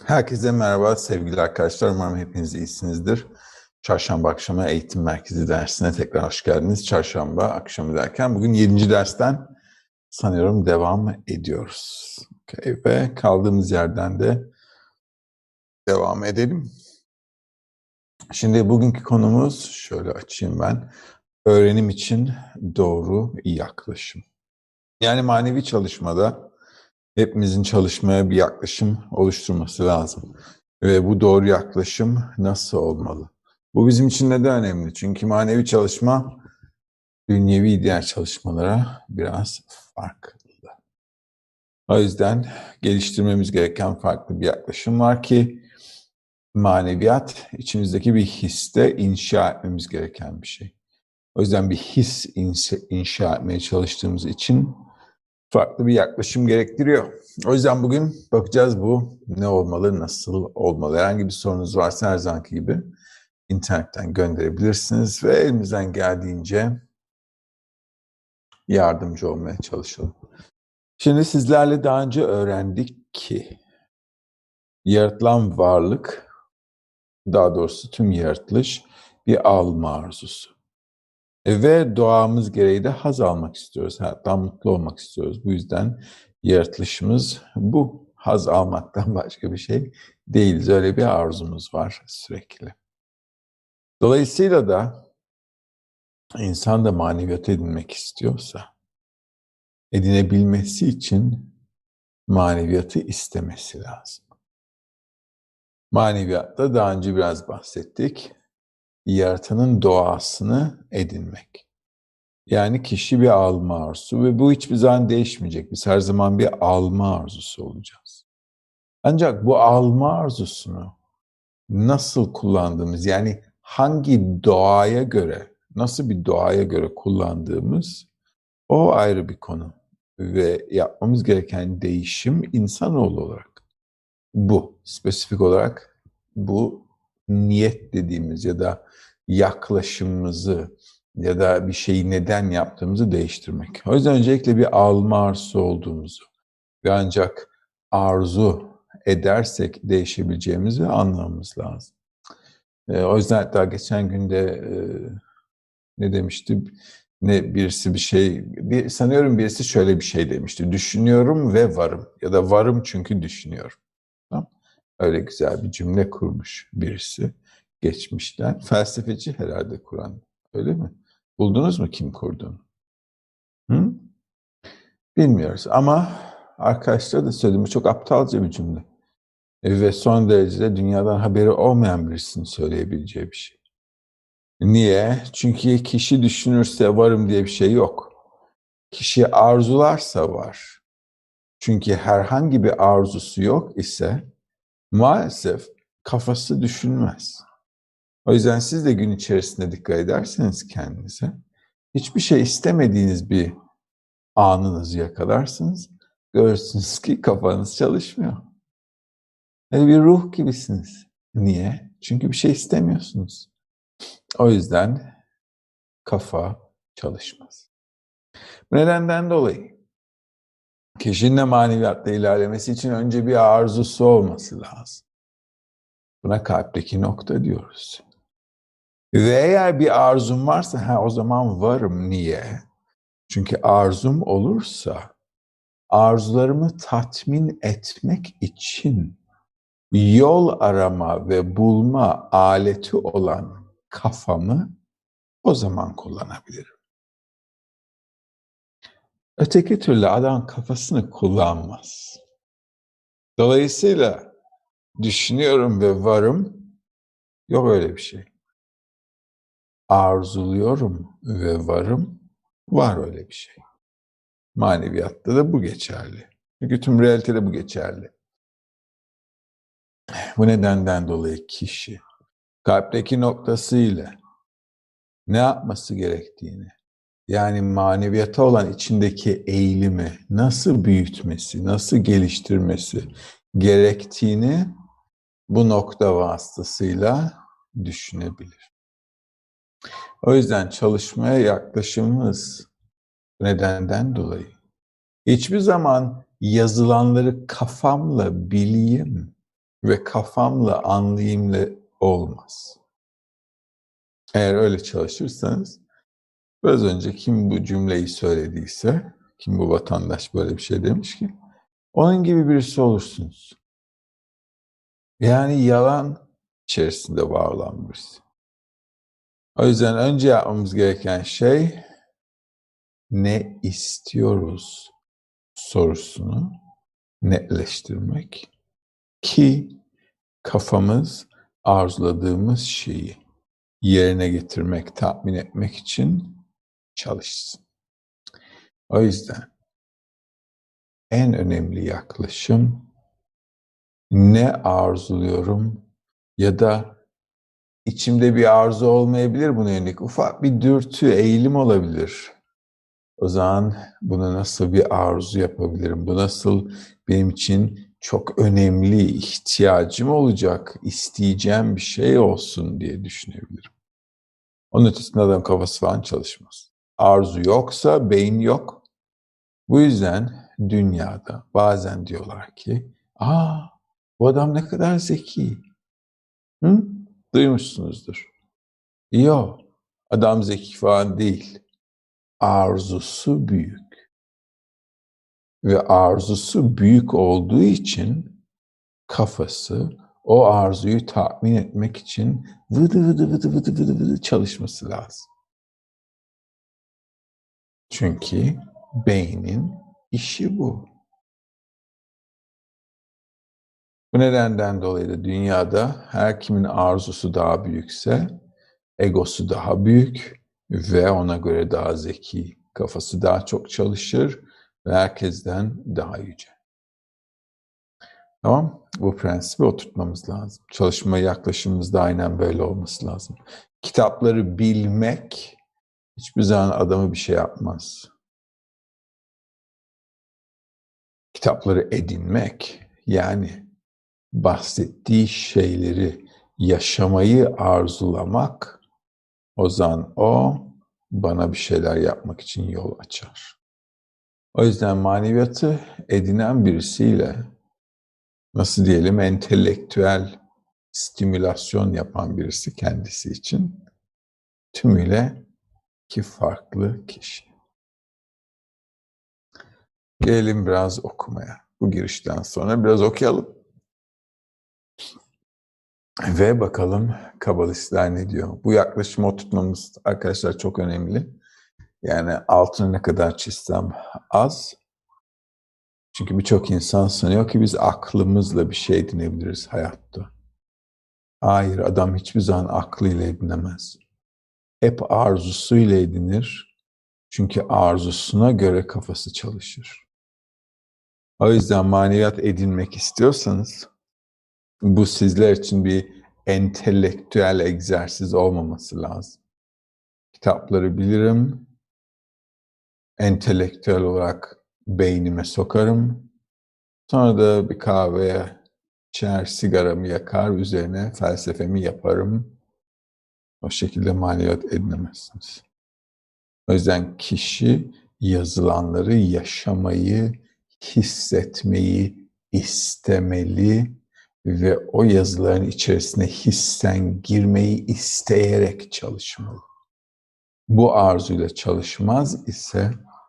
Herkese merhaba sevgili arkadaşlar. Umarım hepiniz iyisinizdir. Çarşamba akşamı eğitim merkezi dersine tekrar hoş geldiniz. Çarşamba akşamı derken bugün 7. dersten sanıyorum devam ediyoruz. Okay. Ve kaldığımız yerden de devam edelim. Şimdi bugünkü konumuz, şöyle açayım ben, öğrenim için doğru yaklaşım. Yani manevi çalışmada hepimizin çalışmaya bir yaklaşım oluşturması lazım. Ve bu doğru yaklaşım nasıl olmalı? Bu bizim için neden önemli? Çünkü manevi çalışma dünyevi diğer çalışmalara biraz farklı. O yüzden geliştirmemiz gereken farklı bir yaklaşım var ki maneviyat içimizdeki bir histe inşa etmemiz gereken bir şey. O yüzden bir his inşa etmeye çalıştığımız için farklı bir yaklaşım gerektiriyor. O yüzden bugün bakacağız bu ne olmalı, nasıl olmalı. Herhangi bir sorunuz varsa her zamanki gibi internetten gönderebilirsiniz ve elimizden geldiğince yardımcı olmaya çalışalım. Şimdi sizlerle daha önce öğrendik ki yaratılan varlık, daha doğrusu tüm yaratılış bir alma arzusu. Ve doğamız gereği de haz almak istiyoruz. Hayattan mutlu olmak istiyoruz. Bu yüzden yaratılışımız bu. Haz almaktan başka bir şey değiliz. Öyle bir arzumuz var sürekli. Dolayısıyla da insan da maneviyat edinmek istiyorsa, edinebilmesi için maneviyatı istemesi lazım. Maneviyatta daha önce biraz bahsettik. Yaratanın doğasını edinmek. Yani kişi bir alma arzusu ve bu hiçbir zaman değişmeyecek. Biz her zaman bir alma arzusu olacağız. Ancak bu alma arzusunu nasıl kullandığımız, yani hangi doğaya göre, nasıl bir doğaya göre kullandığımız o ayrı bir konu. Ve yapmamız gereken değişim insanoğlu olarak. Bu, spesifik olarak bu niyet dediğimiz ya da yaklaşımımızı ya da bir şeyi neden yaptığımızı değiştirmek. O yüzden öncelikle bir alma arzusu olduğumuzu ve ancak arzu edersek değişebileceğimizi anlamamız lazım. O yüzden hatta geçen günde ne demişti? Birisi bir şey, sanıyorum birisi şöyle bir şey demişti. Düşünüyorum ve varım ya da varım çünkü düşünüyorum. Tamam. Öyle güzel bir cümle kurmuş birisi geçmişten. Felsefeci herhalde kuran. Öyle mi? Buldunuz mu kim kurduğunu? Hı? Bilmiyoruz ama arkadaşlar da söylediğim çok aptalca bir cümle. Ve son derecede dünyadan haberi olmayan birisinin söyleyebileceği bir şey. Niye? Çünkü kişi düşünürse varım diye bir şey yok. Kişi arzularsa var. Çünkü herhangi bir arzusu yok ise maalesef kafası düşünmez. O yüzden siz de gün içerisinde dikkat ederseniz kendinize, hiçbir şey istemediğiniz bir anınızı yakalarsınız, görürsünüz ki kafanız çalışmıyor. Böyle bir ruh gibisiniz. Niye? Çünkü bir şey istemiyorsunuz. O yüzden kafa çalışmaz. Bu nedenden dolayı kişinin de maneviyatta ilerlemesi için önce bir arzusu olması lazım. Buna kalpteki nokta diyoruz. Ve eğer bir arzum varsa o zaman varım. Niye? Çünkü arzum olursa arzularımı tatmin etmek için yol arama ve bulma aleti olan kafamı o zaman kullanabilirim. Öteki türlü adam kafasını kullanmaz. Dolayısıyla düşünüyorum ve varım, yok öyle bir şey. Arzuluyorum ve varım, var öyle bir şey. Maneviyatta da bu geçerli. Çünkü tüm realitede bu geçerli. Bu nedenden dolayı kişi kalpteki noktasıyla ne yapması gerektiğini, yani maneviyata olan içindeki eğilimi nasıl büyütmesi, nasıl geliştirmesi gerektiğini bu nokta vasıtasıyla düşünebilir. O yüzden çalışmaya yaklaşımımız nedenden dolayı hiçbir zaman yazılanları kafamla bileyim, ve kafamla anlayayımla olmaz. Eğer öyle çalışırsanız, biraz önce kim bu cümleyi söylediyse, kim bu vatandaş böyle bir şey demiş ki, onun gibi birisi olursunuz. Yani yalan içerisinde var olan birisi. O yüzden önce yapmamız gereken şey, ne istiyoruz sorusunu netleştirmek ki kafamız arzuladığımız şeyi yerine getirmek, tatmin etmek için çalışsın. O yüzden en önemli yaklaşım, ne arzuluyorum ya da içimde bir arzu olmayabilir buna yönelik. Ufak bir dürtü, eğilim olabilir. O zaman bunu nasıl bir arzu yapabilirim? Bu nasıl benim için çok önemli, ihtiyacım olacak, isteyeceğim bir şey olsun diye düşünebilirim. Onun ötesinde adam kafası falan çalışmaz. Arzu yoksa beyin yok. Bu yüzden dünyada bazen diyorlar ki, bu adam ne kadar zeki. Hı? Duymuşsunuzdur. Yok, adam zeki falan değil. Arzusu büyük. Ve arzusu büyük olduğu için kafası o arzuyu tatmin etmek için vıdı vıdı vıdı vıdı vıdı vıdı çalışması lazım. Çünkü beynin işi bu. Bu nedenden dolayı da dünyada her kimin arzusu daha büyükse egosu daha büyük ve ona göre daha zeki, kafası daha çok çalışır ve herkesten daha yüce. Tamam, bu prensibi oturtmamız lazım. Çalışma yaklaşımımız da aynen böyle olması lazım. Kitapları bilmek hiçbir zaman adamı bir şey yapmaz. Kitapları edinmek, yani bahsettiği şeyleri yaşamayı arzulamak, o zaman o bana bir şeyler yapmak için yol açar. O yüzden maneviyatı edinen birisiyle, nasıl diyelim, entelektüel stimülasyon yapan birisi kendisi için tümüyle iki farklı kişi. Gelelim biraz okumaya. Bu girişten sonra biraz okuyalım. Ve bakalım kabalistler ne diyor? Bu yaklaşımı oturtmamız arkadaşlar çok önemli. Yani altını ne kadar çizsem az. Çünkü birçok insan sanıyor ki biz aklımızla bir şey edinebiliriz hayatta. Hayır, adam hiçbir zaman aklıyla edinemez. Hep arzusuyla edinir. Çünkü arzusuna göre kafası çalışır. O yüzden maneviyat edinmek istiyorsanız, bu sizler için bir entelektüel egzersiz olmaması lazım. Kitapları bilirim, entelektüel olarak beynime sokarım. Sonra da bir kahveye içer, sigaramı yakar, üzerine felsefemi yaparım. O şekilde maneviyat edinemezsiniz. O yüzden kişi yazılanları yaşamayı, hissetmeyi istemeli ve o yazıların içerisine hissen girmeyi isteyerek çalışmalı. Bu arzuyla çalışmaz ise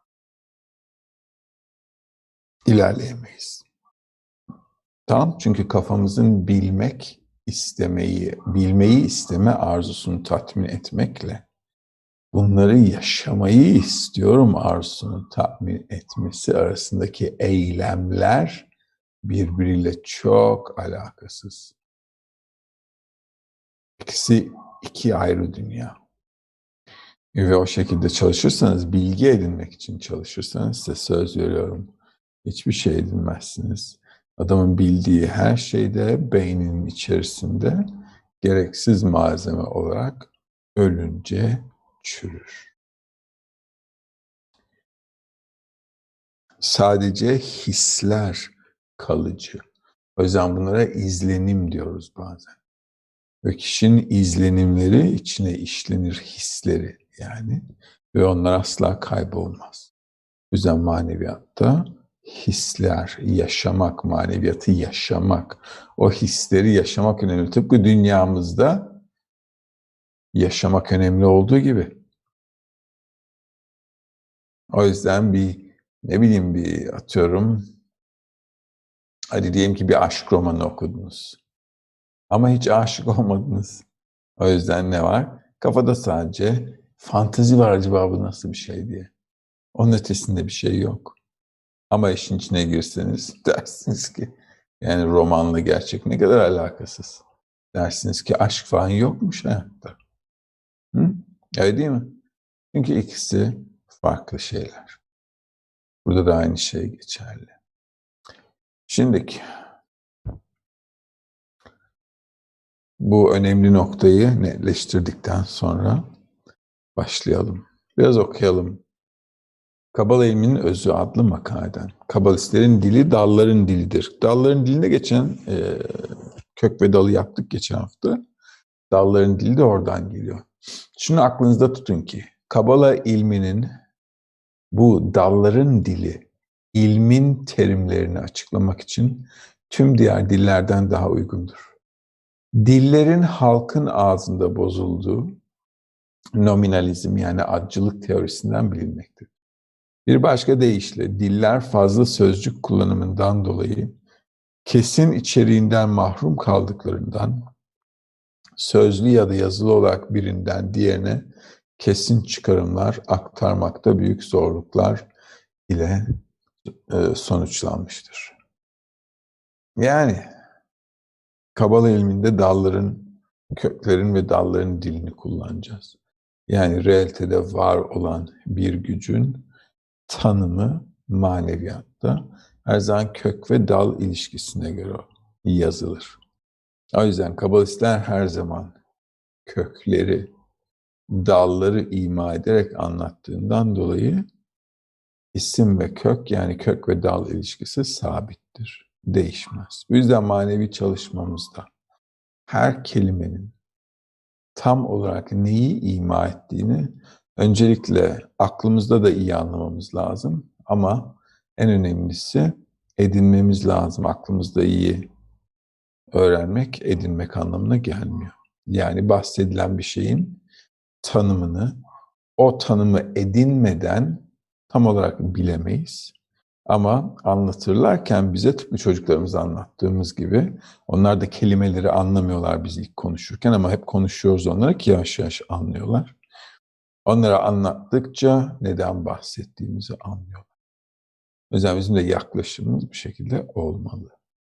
ilerleyemeyiz. Tamam? Çünkü kafamızın bilmeyi isteme arzusunu tatmin etmekle bunları yaşamayı istiyorum arzusunu tatmin etmesi arasındaki eylemler birbiriyle çok alakasız. İkisi iki ayrı dünya. Ve o şekilde çalışırsanız, bilgi edinmek için çalışırsanız, size söz veriyorum, hiçbir şey edinmezsiniz. Adamın bildiği her şeyde beyninin içerisinde gereksiz malzeme olarak ölünce çürür. Sadece hisler kalıcı. O yüzden bunlara izlenim diyoruz bazen. Ve kişinin izlenimleri içine işlenir, hisleri yani. Ve onlar asla kaybolmaz. O yüzden maneviyatta hisler, yaşamak, maneviyatı yaşamak, o hisleri yaşamak önemli. Tıpkı dünyamızda yaşamak önemli olduğu gibi. O yüzden bir atıyorum, hadi diyelim ki bir aşk romanı okudunuz. Ama hiç aşık olmadınız. O yüzden ne var? Kafada sadece fantezi var, acaba bu nasıl bir şey diye. Onun ötesinde bir şey yok. Ama işin içine girseniz dersiniz ki yani romanla gerçek ne kadar alakasız. Dersiniz ki aşk falan yokmuş hayatta. Hı? Öyle değil mi? Çünkü ikisi farklı şeyler. Burada da aynı şey geçerli. Şimdiki bu önemli noktayı netleştirdikten sonra başlayalım. Biraz okuyalım. Kabala ilminin özü adlı makaleden. Kabalistlerin dili dalların dilidir. Dalların diline geçen kök ve dalı yaptık geçen hafta. Dalların dili de oradan geliyor. Şunu aklınızda tutun ki Kabala ilminin bu dalların dili, ilmin terimlerini açıklamak için tüm diğer dillerden daha uygundur. Dillerin halkın ağzında bozulduğu nominalizm yani adcılık teorisinden bilinmektedir. Bir başka deyişle diller fazla sözcük kullanımından dolayı kesin içeriğinden mahrum kaldıklarından sözlü ya da yazılı olarak birinden diğerine kesin çıkarımlar aktarmakta büyük zorluklar ile sonuçlanmıştır. Yani Kabala ilminde dalların, köklerin ve dalların dilini kullanacağız. Yani realitede var olan bir gücün tanımı maneviyatta her zaman kök ve dal ilişkisine göre yazılır. O yüzden kabalistler her zaman kökleri, dalları ima ederek anlattığından dolayı isim ve kök yani kök ve dal ilişkisi sabittir, değişmez. Bu yüzden manevi çalışmamızda her kelimenin tam olarak neyi ima ettiğini öncelikle aklımızda da iyi anlamamız lazım. Ama en önemlisi edinmemiz lazım. Aklımızda iyi öğrenmek, edinmek anlamına gelmiyor. Yani bahsedilen bir şeyin tanımını, o tanımı edinmeden tam olarak bilemeyiz. Ama anlatırlarken bize tıpkı çocuklarımıza anlattığımız gibi onlar da kelimeleri anlamıyorlar biz ilk konuşurken ama hep konuşuyoruz onlara ki yavaş yavaş anlıyorlar. Onlara anlattıkça neden bahsettiğimizi anlıyorlar. O yüzden bizim de yaklaşımımız bu şekilde olmalı.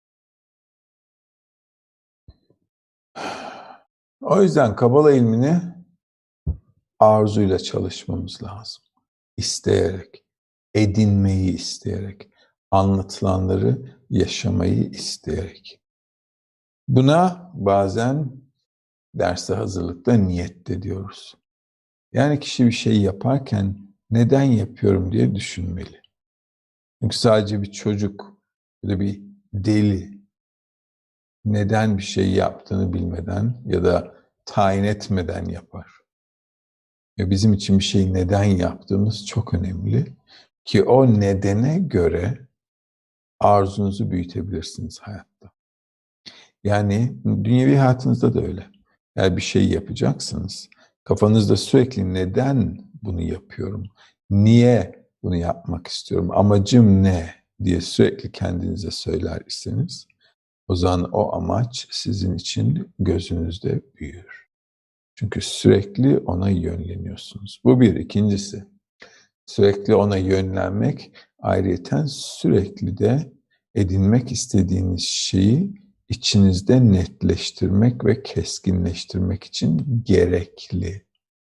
O yüzden Kabala ilmini arzuyla çalışmamız lazım. İsteyerek, edinmeyi isteyerek, anlatılanları yaşamayı isteyerek. Buna bazen derse hazırlıkta niyet de diyoruz. Yani kişi bir şey yaparken neden yapıyorum diye düşünmeli. Çünkü sadece bir çocuk ya da bir deli neden bir şey yaptığını bilmeden ya da tayin etmeden yapar. Ve bizim için bir şeyi neden yaptığımız çok önemli ki o nedene göre arzunuzu büyütebilirsiniz hayatta. Yani dünyevi hayatınızda da öyle. Eğer bir şey yapacaksınız, kafanızda sürekli neden bunu yapıyorum, niye bunu yapmak istiyorum, amacım ne diye sürekli kendinize söyler iseniz, o zaman o amaç sizin için gözünüzde büyür. Çünkü sürekli ona yönleniyorsunuz. Bu bir. İkincisi, sürekli ona yönlenmek, ayrıyeten sürekli de edinmek istediğiniz şeyi içinizde netleştirmek ve keskinleştirmek için gerekli.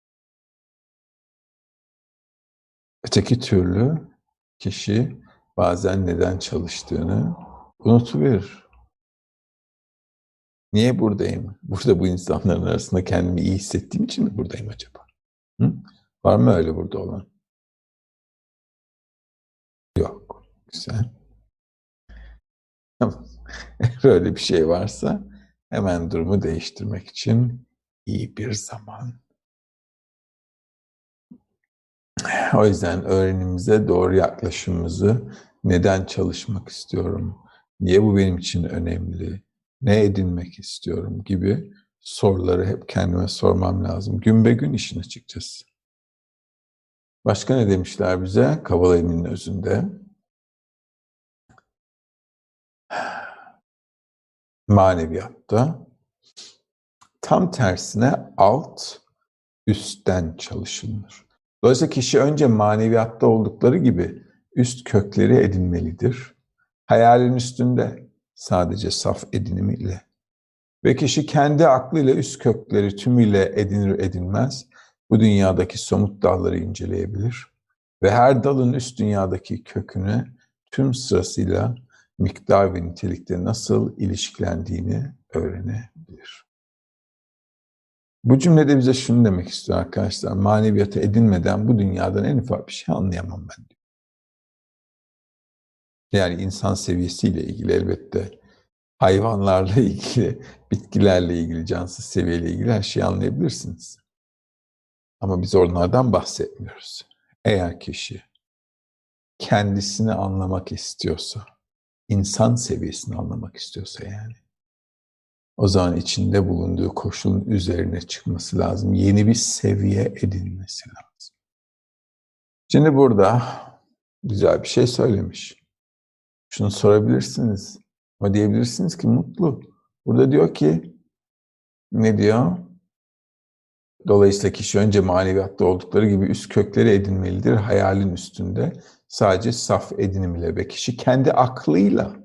Öteki türlü kişi bazen neden çalıştığını unutuverir. Niye buradayım? Burada bu insanların arasında kendimi iyi hissettiğim için mi buradayım acaba? Hı? Var mı öyle burada olan? Yok. Güzel. Böyle bir şey varsa hemen durumu değiştirmek için iyi bir zaman. O yüzden öğrenimize doğru yaklaşımımızı Neden çalışmak istiyorum? Niye bu benim için önemli? Ne edinmek istiyorum gibi soruları hep kendime sormam lazım. Gün be gün işin açıkçası. Başka ne demişler bize? Kavala Emin'in özünde. Maneviyatta tam tersine üstten çalışılır. Dolayısıyla kişi önce maneviyatta oldukları gibi üst kökleri edinmelidir. Hayalin üstünde sadece saf edinimiyle. Ve kişi kendi aklıyla üst kökleri tümüyle edinir edinmez bu dünyadaki somut dalları inceleyebilir. Ve her dalın üst dünyadaki kökünü tüm sırasıyla miktar ve nitelikte nasıl ilişkilendiğini öğrenebilir. Bu cümlede bize şunu demek istiyor arkadaşlar. Maneviyatı edinmeden bu dünyadan en ufak bir şey anlayamam ben diyor. Yani insan seviyesiyle ilgili elbette, hayvanlarla ilgili, bitkilerle ilgili, cansız seviyeyle ilgili her şeyi anlayabilirsiniz. Ama biz onlardan bahsetmiyoruz. Eğer kişi kendisini anlamak istiyorsa, insan seviyesini anlamak istiyorsa yani, o zaman içinde bulunduğu koşulun üzerine çıkması lazım. Yeni bir seviye edinmesi lazım. Şimdi burada güzel bir şey söylemiş. Şunu sorabilirsiniz. Ama diyebilirsiniz ki mutlu. Burada diyor ki, ne diyor? Dolayısıyla kişi önce maneviyatta oldukları gibi üst kökleri edinmelidir. Hayalin üstünde sadece saf edinim ile ve kişi kendi aklıyla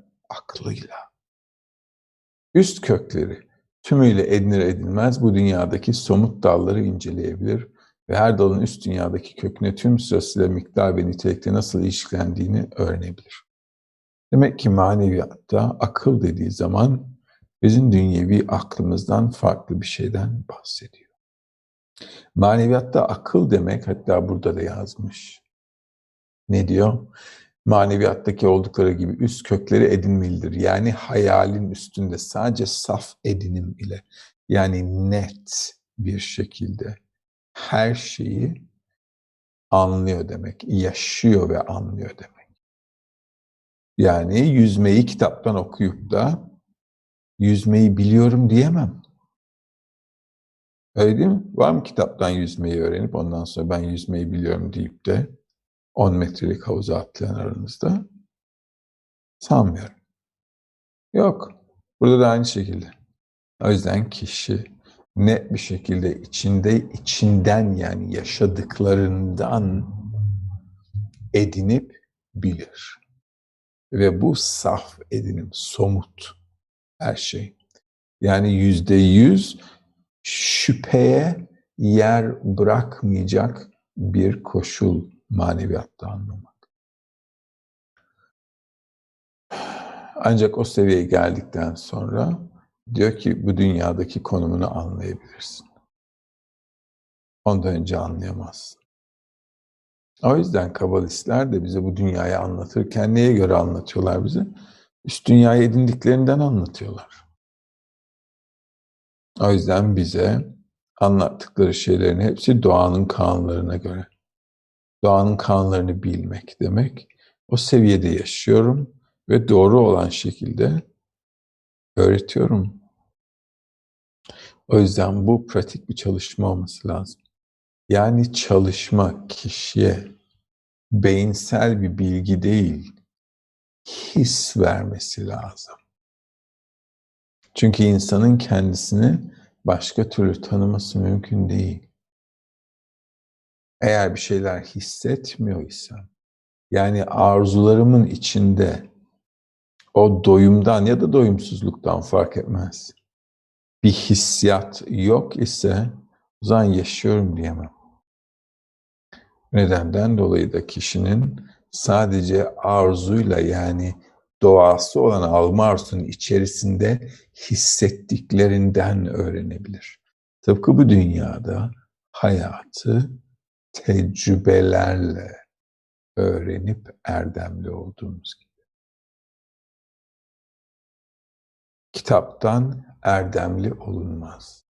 üst kökleri tümüyle edinir edilmez bu dünyadaki somut dalları inceleyebilir ve her dalın üst dünyadaki köküne tüm sırasıyla miktar ve nitelikte nasıl ilişkilendiğini öğrenebilir. Demek ki maneviyatta akıl dediği zaman bizim dünyevi aklımızdan farklı bir şeyden bahsediyor. Maneviyatta akıl demek, hatta burada da yazmış. Ne diyor? Maneviyattaki oldukları gibi üst kökleri edinmelidir. Yani hayalin üstünde sadece saf edinim ile, yani net bir şekilde her şeyi anlıyor demek. Yaşıyor ve anlıyor demek. Yani yüzmeyi kitaptan okuyup da yüzmeyi biliyorum diyemem. Öyle değil mi? Var mı kitaptan yüzmeyi öğrenip ondan sonra ben yüzmeyi biliyorum deyip de 10 metrelik havuza atlayan aranızda? Sanmıyorum. Yok. Burada da aynı şekilde. O yüzden kişi net bir şekilde içinden yani yaşadıklarından edinip bilir. Ve bu saf edinim, somut her şey. Yani %100 şüpheye yer bırakmayacak bir koşul maneviyatta anlamak. Ancak o seviyeye geldikten sonra diyor ki bu dünyadaki konumunu anlayabilirsin. Ondan önce anlayamazsın. O yüzden kabalistler de bize bu dünyayı anlatırken neye göre anlatıyorlar bize? Üst dünyayı edindiklerinden anlatıyorlar. O yüzden bize anlattıkları şeylerin hepsi doğanın kanunlarına göre. Doğanın kanunlarını bilmek demek. O seviyede yaşıyorum ve doğru olan şekilde öğretiyorum. O yüzden bu pratik bir çalışma olması lazım. Yani çalışma kişiye beyinsel bir bilgi değil, his vermesi lazım. Çünkü insanın kendisini başka türlü tanıması mümkün değil. Eğer bir şeyler hissetmiyor isem, yani arzularımın içinde o doyumdan ya da doyumsuzluktan fark etmez, bir hissiyat yok ise o zaman yaşıyorum diyemem. Nedenden dolayı da kişinin sadece arzuyla yani doğası olan alma arzusunun içerisinde hissettiklerinden öğrenebilir. Tıpkı bu dünyada hayatı tecrübelerle öğrenip erdemli olduğumuz gibi. Kitaptan erdemli olunmaz.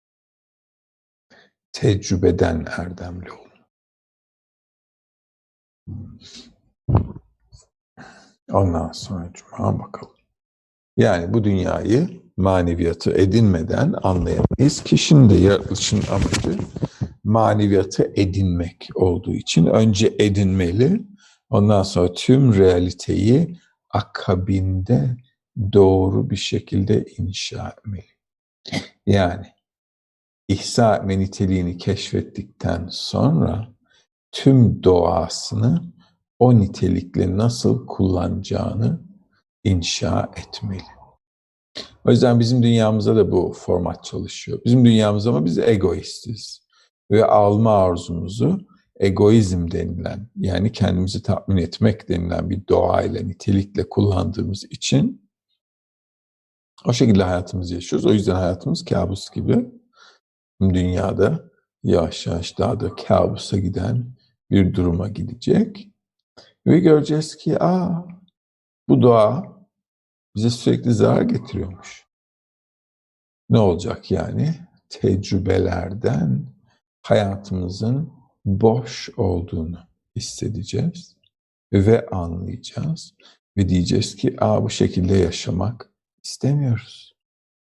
Tecrübeden erdemli olun. Ondan sonra cuma bakalım. Yani bu dünyayı maneviyatı edinmeden anlayamayız. Kişinin de yaratılışın amacı maneviyatı edinmek olduğu için önce edinmeli, ondan sonra tüm realiteyi akabinde doğru bir şekilde inşa etmeli. Yani ihsa etme niteliğini keşfettikten sonra tüm doğasını o nitelikle nasıl kullanacağını inşa etmeli. O yüzden bizim dünyamızda da bu format çalışıyor. Bizim dünyamız ama biz egoistiz. Ve alma arzumuzu egoizm denilen, yani kendimizi tatmin etmek denilen bir doğayla, nitelikle kullandığımız için o şekilde hayatımızı yaşıyoruz. O yüzden hayatımız kabus gibi. Dünyada yavaş yavaş daha da kabusa giden bir duruma gidecek. Ve göreceğiz ki bu doğa bize sürekli zarar getiriyormuş. Ne olacak yani? Tecrübelerden hayatımızın boş olduğunu hissedeceğiz ve anlayacağız. Ve diyeceğiz ki bu şekilde yaşamak istemiyoruz.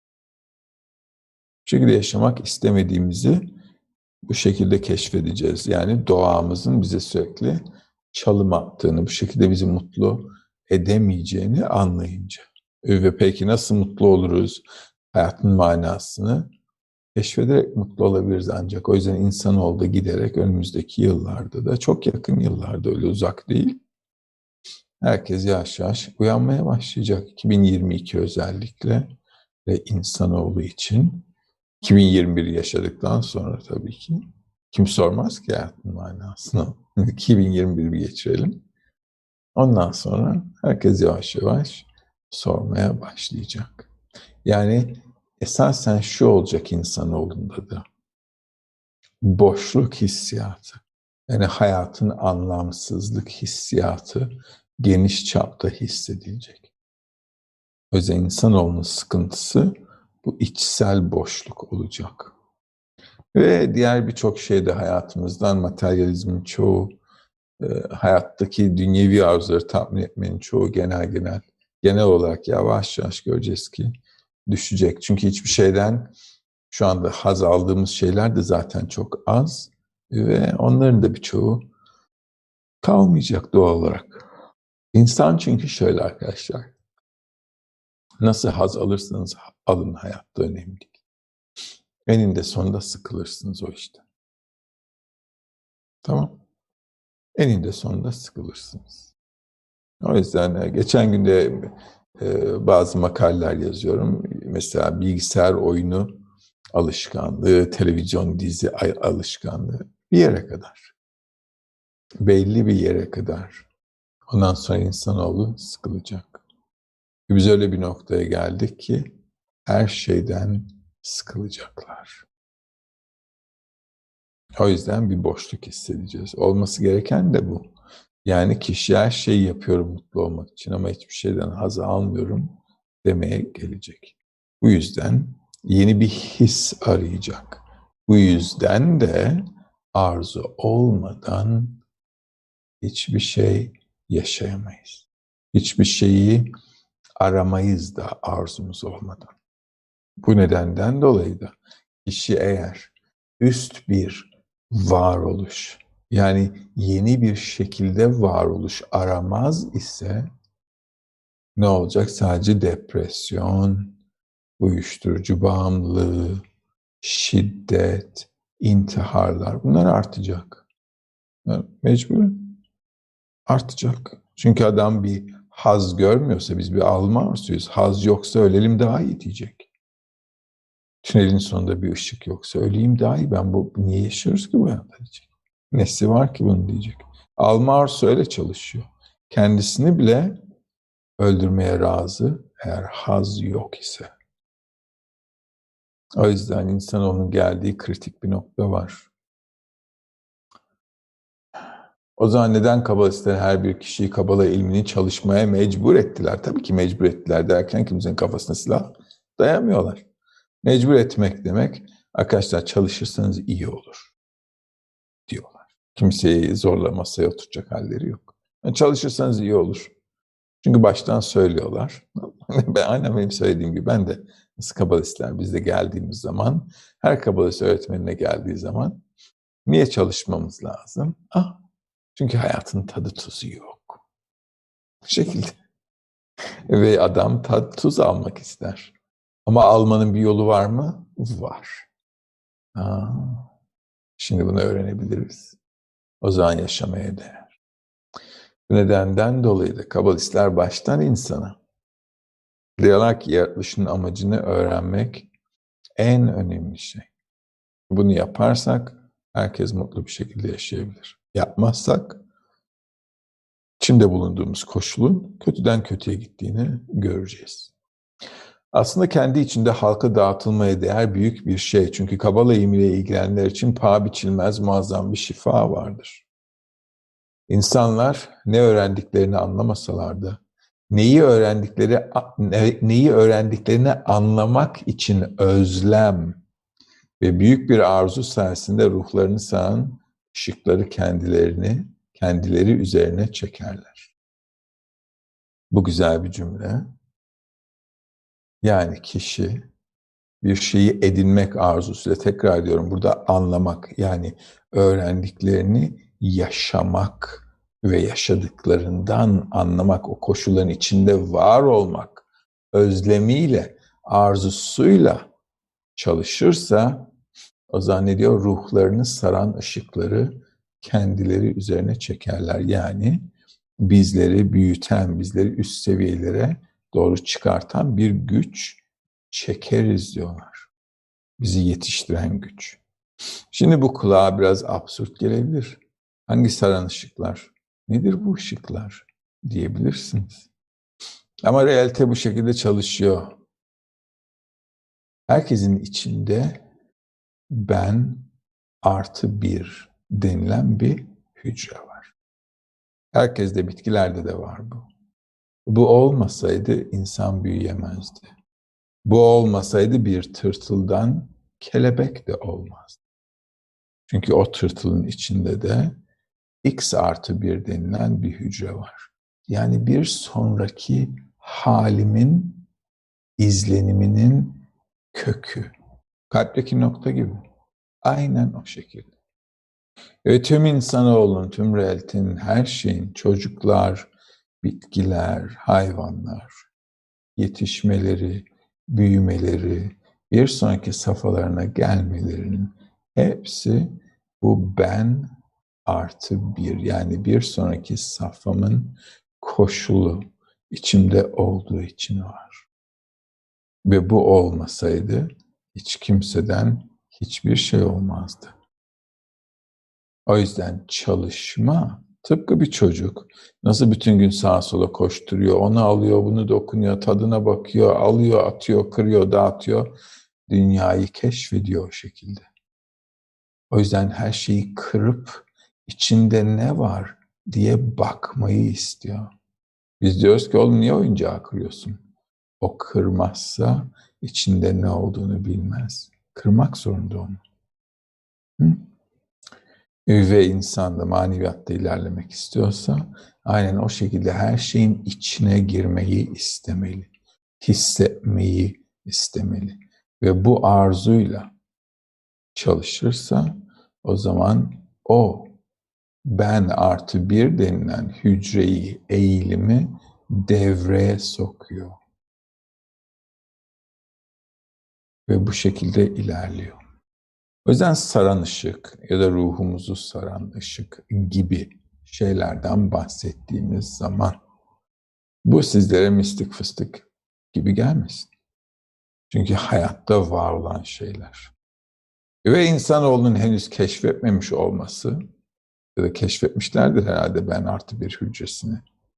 Bu şekilde yaşamak istemediğimizi bu şekilde keşfedeceğiz. Yani doğamızın bize sürekli çalım attığını, bu şekilde bizi mutlu edemeyeceğini anlayınca. Ve peki nasıl mutlu oluruz? Hayatın manasını keşfederek mutlu olabiliriz ancak. O yüzden insanoğlu da giderek önümüzdeki yıllarda da, çok yakın yıllarda, öyle uzak değil, herkes yavaş yavaş uyanmaya başlayacak. 2022 özellikle ve insanoğlu için. 2021 yaşadıktan sonra tabii ki. Kim sormaz ki hayatın manasını. 2021 bir geçirelim. Ondan sonra herkes yavaş yavaş sormaya başlayacak. Yani esasen şu olacak insanoğlunda da. Boşluk hissiyatı. Yani hayatın anlamsızlık hissiyatı geniş çapta hissedilecek. O yüzden insanoğlunun sıkıntısı bu içsel boşluk olacak. Ve diğer birçok şey de hayatımızdan, materyalizmin çoğu, hayattaki dünyevi arzuları tatmin etmenin çoğu genel olarak yavaş yavaş göreceğiz ki düşecek. Çünkü hiçbir şeyden şu anda haz aldığımız şeyler de zaten çok az ve onların da birçoğu kalmayacak doğal olarak. İnsan çünkü şöyle arkadaşlar, nasıl haz alırsanız alın hayatta önemli değil. Eninde sonunda sıkılırsınız o işte. Tamam. Eninde sonunda sıkılırsınız. O yüzden geçen günde bazı makaleler yazıyorum. Mesela bilgisayar oyunu alışkanlığı, televizyon dizi alışkanlığı bir yere kadar. Belli bir yere kadar. Ondan sonra insanoğlu sıkılacak. Biz öyle bir noktaya geldik ki her şeyden sıkılacaklar. O yüzden bir boşluk hissedeceğiz. Olması gereken de bu. Yani kişi her şeyi yapıyorum mutlu olmak için ama hiçbir şeyden haz almıyorum demeye gelecek. Bu yüzden yeni bir his arayacak. Bu yüzden de arzu olmadan hiçbir şey yaşayamayız. Hiçbir şeyi aramayız da arzumuz olmadan. Bu nedenden dolayı da kişi eğer üst bir varoluş, yani yeni bir şekilde varoluş aramaz ise ne olacak? Sadece depresyon, uyuşturucu bağımlılığı, şiddet, intiharlar, bunlar artacak. Mecbur artacak. Çünkü adam bir haz görmüyorsa, biz bir alma arzuyuz. Haz yoksa ölelim daha iyi diyecek. Tünelin sonunda bir ışık yoksa öleyim daha iyi. Niye yaşıyoruz ki bu hayatta diyecek. Nesi var ki bunun diyecek. Alma arzusu öyle çalışıyor. Kendisini bile öldürmeye razı eğer haz yok ise. O yüzden insanoğlunun geldiği kritik bir nokta var. O zaman neden kabalistler her bir kişiyi Kabala ilmini çalışmaya mecbur ettiler? Tabii ki mecbur ettiler derken kimsenin kafasına silah dayamıyorlar. Mecbur etmek demek, arkadaşlar çalışırsanız iyi olur diyorlar. Kimseyi zorla masaya oturacak halleri yok. Yani çalışırsanız iyi olur. Çünkü baştan söylüyorlar. Aynen benim söylediğim gibi ben de nasıl kabalistler biz de geldiğimiz zaman her kabalist öğretmenine geldiği zaman niye çalışmamız lazım? Çünkü hayatın tadı tuzu yok. Bu şekilde. Ve adam tad tuz almak ister. Ama almanın bir yolu var mı? Var. Şimdi bunu öğrenebiliriz. O zaman yaşamaya değer. Bu nedenden dolayı da kabalistler baştan insana diyorlar ki yaratılışın amacını öğrenmek en önemli şey. Bunu yaparsak herkes mutlu bir şekilde yaşayabilir. Yapmazsak içinde bulunduğumuz koşulun kötüden kötüye gittiğini göreceğiz. Aslında kendi içinde halka dağıtılmaya değer büyük bir şey. Çünkü Kabala ilmiyle ilgilenenler için paha biçilmez muazzam bir şifa vardır. İnsanlar ne öğrendiklerini anlamasalar da neyi öğrendiklerini anlamak için özlem ve büyük bir arzu sayesinde ruhlarını saran ışıkları kendileri üzerine çekerler. Bu güzel bir cümle. Yani kişi bir şeyi edinmek arzusuyla, tekrar ediyorum burada anlamak, yani öğrendiklerini yaşamak ve yaşadıklarından anlamak, o koşulların içinde var olmak özlemiyle, arzusuyla çalışırsa o zannediyor ruhlarını saran ışıkları kendileri üzerine çekerler. Yani bizleri büyüten, bizleri üst seviyelere doğru çıkartan bir güç çekeriz diyorlar. Bizi yetiştiren güç. Şimdi bu kulağa biraz absürt gelebilir. Hangi saran ışıklar? Nedir bu ışıklar? Diyebilirsiniz. Ama realite bu şekilde çalışıyor. Herkesin içinde ben artı bir denilen bir hücre var. Herkeste, bitkilerde de var bu. Bu olmasaydı insan büyüyemezdi. Bu olmasaydı bir tırtıldan kelebek de olmazdı. Çünkü o tırtılın içinde de X artı bir denilen bir hücre var. Yani bir sonraki halimin izleniminin kökü. Kalpteki nokta gibi. Aynen o şekilde. Ve tüm insanoğlunun, tüm realitenin, her şeyin, çocuklar, bitkiler, hayvanlar, yetişmeleri, büyümeleri, bir sonraki safhalarına gelmelerinin hepsi bu ben artı bir, yani bir sonraki safhamın koşulu içimde olduğu için var. Ve bu olmasaydı hiç kimseden hiçbir şey olmazdı. O yüzden çalışma, tıpkı bir çocuk nasıl bütün gün sağa sola koşturuyor, onu alıyor, bunu dokunuyor, tadına bakıyor, alıyor, atıyor, kırıyor, dağıtıyor, dünyayı keşfediyor o şekilde. O yüzden her şeyi kırıp içinde ne var diye bakmayı istiyor. Biz diyoruz ki oğlum niye oyuncağı kırıyorsun? O kırmazsa içinde ne olduğunu bilmez. Kırmak zorunda onu. Ve insan da maneviyatta ilerlemek istiyorsa aynen o şekilde her şeyin içine girmeyi istemeli. Hissetmeyi istemeli. Ve bu arzuyla çalışırsa o zaman o ben artı bir denilen hücreyi, eğilimi devreye sokuyor. Ve bu şekilde ilerliyor. O yüzden saran ışık ya da ruhumuzu saran ışık gibi şeylerden bahsettiğimiz zaman bu sizlere mistik fıstık gibi gelmesin. Çünkü hayatta var olan şeyler. Ve insanoğlunun henüz keşfetmemiş olması ya da keşfetmişlerdir herhalde ben artı bir hücresini.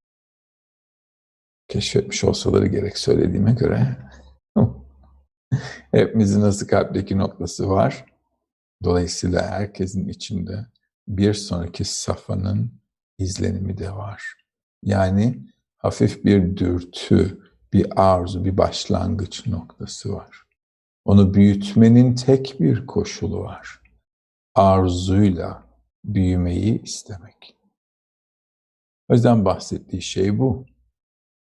Keşfetmiş olsaları gerek söylediğime göre. Hepimizin nasıl kalpteki noktası var. Dolayısıyla herkesin içinde bir sonraki safhanın izlenimi de var. Yani hafif bir dürtü, bir arzu, bir başlangıç noktası var. Onu büyütmenin tek bir koşulu var. Arzuyla büyümeyi istemek. O yüzden bahsettiği şey bu.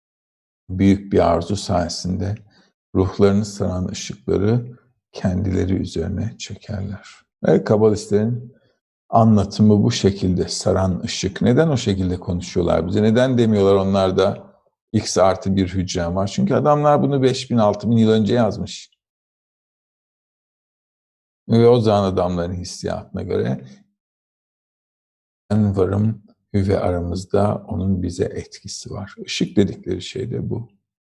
büyük bir arzu sayesinde ruhlarını saran ışıkları kendileri üzerine çekerler. Ve kabalistlerin anlatımı bu şekilde, saran ışık. Neden o şekilde konuşuyorlar bize? Neden demiyorlar onlarda X artı bir hücrem var? Çünkü adamlar bunu 5000-6000 yıl önce yazmış. Ve o zaman adamların hissiyatına göre ben varım ve aramızda onun bize etkisi var. Işık dedikleri şey de bu.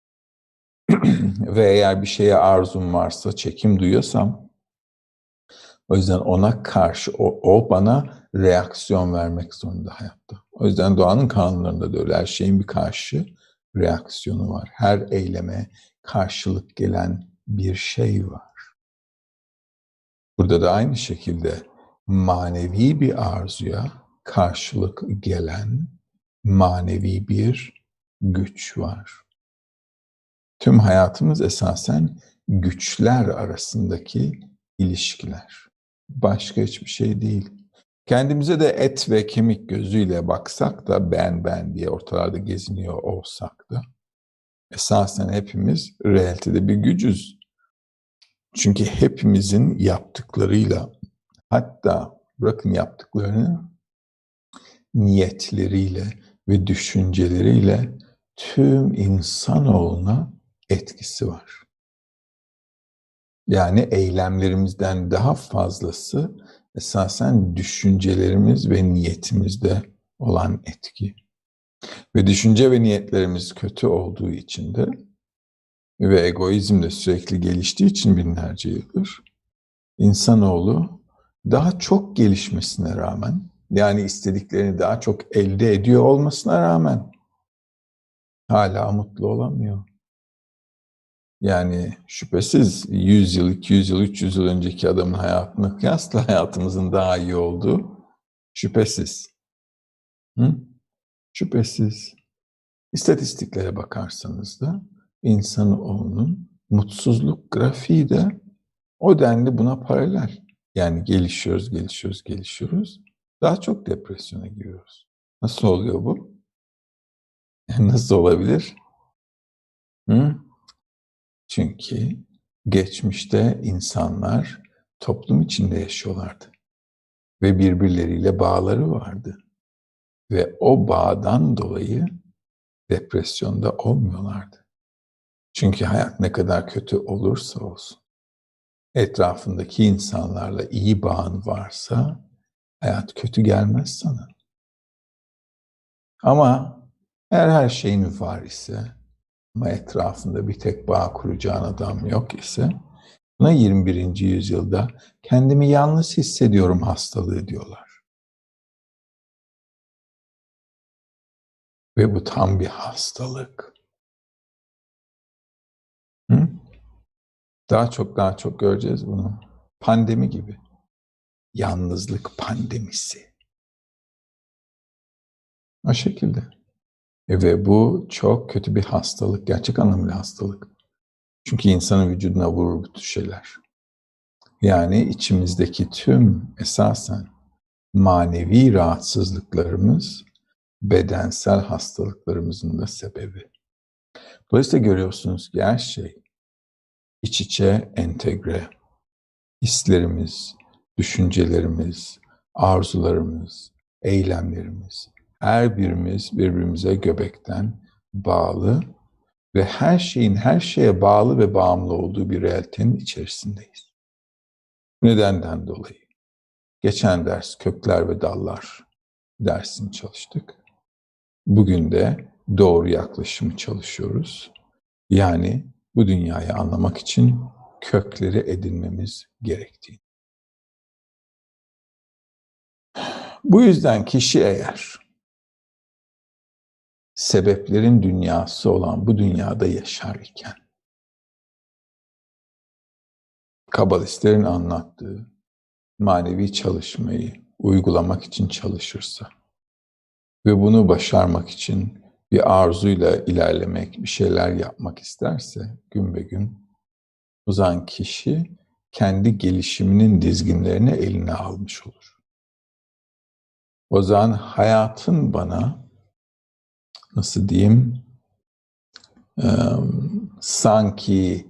Ve eğer bir şeye arzum varsa, çekim duyuyorsam, o yüzden ona karşı, o bana reaksiyon vermek zorunda hayatta. O yüzden doğanın kanunlarında da öyle. Her şeyin bir karşı reaksiyonu var. Her eyleme karşılık gelen bir şey var. Burada da aynı şekilde manevi bir arzuya karşılık gelen manevi bir güç var. Tüm hayatımız esasen güçler arasındaki ilişkiler. Başka hiçbir şey değil. Kendimize de et ve kemik gözüyle baksak da ben diye ortalarda geziniyor olsak da esasen hepimiz realitede bir gücüz. Çünkü hepimizin yaptıklarıyla, hatta bırakın yaptıklarını, niyetleriyle ve düşünceleriyle tüm insanoğluna etkisi var. Yani eylemlerimizden daha fazlası esasen düşüncelerimiz ve niyetimizde olan etki. Ve düşünce ve niyetlerimiz kötü olduğu için de ve egoizm de sürekli geliştiği için binlerce yıldır insanoğlu daha çok gelişmesine rağmen, yani istediklerini daha çok elde ediyor olmasına rağmen hala mutlu olamıyor. Yani şüphesiz 100 yıl, 200 yıl, 300 yıl önceki adamın hayatına kıyasla hayatımızın daha iyi olduğu şüphesiz. Hı? Şüphesiz. İstatistiklere bakarsanız da insanoğlunun mutsuzluk grafiği de o denli buna paralel. Yani gelişiyoruz. Daha çok depresyona giriyoruz. Nasıl oluyor bu? Nasıl olabilir? Hı? Çünkü geçmişte insanlar toplum içinde yaşıyorlardı ve birbirleriyle bağları vardı. Ve o bağdan dolayı depresyonda olmuyorlardı. Çünkü hayat ne kadar kötü olursa olsun, etrafındaki insanlarla iyi bağın varsa hayat kötü gelmez sana. Ama eğer her şeyin var ise ama etrafında bir tek bağ kuracağın adam yok ise buna 21. yüzyılda kendimi yalnız hissediyorum hastalığı diyorlar. Ve bu tam bir hastalık. Hı? Daha çok göreceğiz bunu. Pandemi gibi. Yalnızlık pandemisi. O şekilde. Ve bu çok kötü bir hastalık. Gerçek anlamıyla hastalık. Çünkü insanın vücuduna vurur bu tür şeyler. Yani içimizdeki tüm esasen manevi rahatsızlıklarımız bedensel hastalıklarımızın da sebebi. Dolayısıyla görüyorsunuz ki her şey iç içe entegre. Hislerimiz, düşüncelerimiz, arzularımız, eylemlerimiz, her birimiz birbirimize göbekten bağlı ve her şeyin her şeye bağlı ve bağımlı olduğu bir realitenin içerisindeyiz. Nedenden dolayı. Geçen ders kökler ve dallar dersini çalıştık. Bugün de doğru yaklaşımı çalışıyoruz. Yani bu dünyayı anlamak için kökleri edinmemiz gerektiği. Bu yüzden kişi eğer sebeplerin dünyası olan bu dünyada yaşar iken kabalistlerin anlattığı manevi çalışmayı uygulamak için çalışırsa ve bunu başarmak için bir arzuyla ilerlemek, bir şeyler yapmak isterse gün be gün o zaman kişi kendi gelişiminin dizginlerini eline almış olur. O zaman hayatın bana nasıl diyeyim Sanki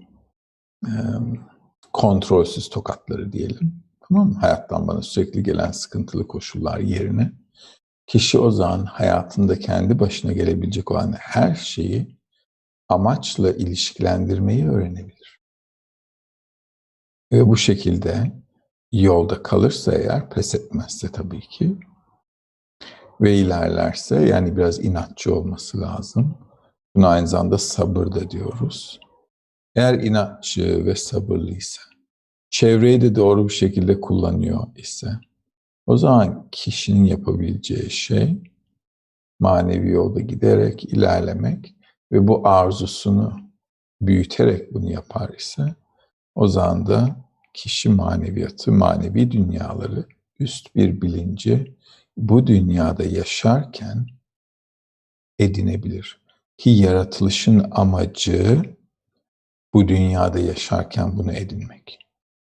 kontrolsüz tokatları diyelim. Tamam mı? Hayattan bana sürekli gelen sıkıntılı koşullar yerine kişi o zaman hayatında kendi başına gelebilecek olan her şeyi amaçla ilişkilendirmeyi öğrenebilir. Ve bu şekilde yolda kalırsa eğer, pes etmezse tabii ki ve ilerlerse, yani biraz inatçı olması lazım. Buna aynı zamanda sabır da diyoruz. Eğer inatçı ve sabırlıysa, çevreyi de doğru bir şekilde kullanıyor ise, o zaman kişinin yapabileceği şey manevi yolda giderek ilerlemek ve bu arzusunu büyüterek bunu yapar ise, o zaman da kişi maneviyatı, manevi dünyaları, üst bir bilinci bu dünyada yaşarken edinebilir. Ki yaratılışın amacı bu dünyada yaşarken bunu edinmek.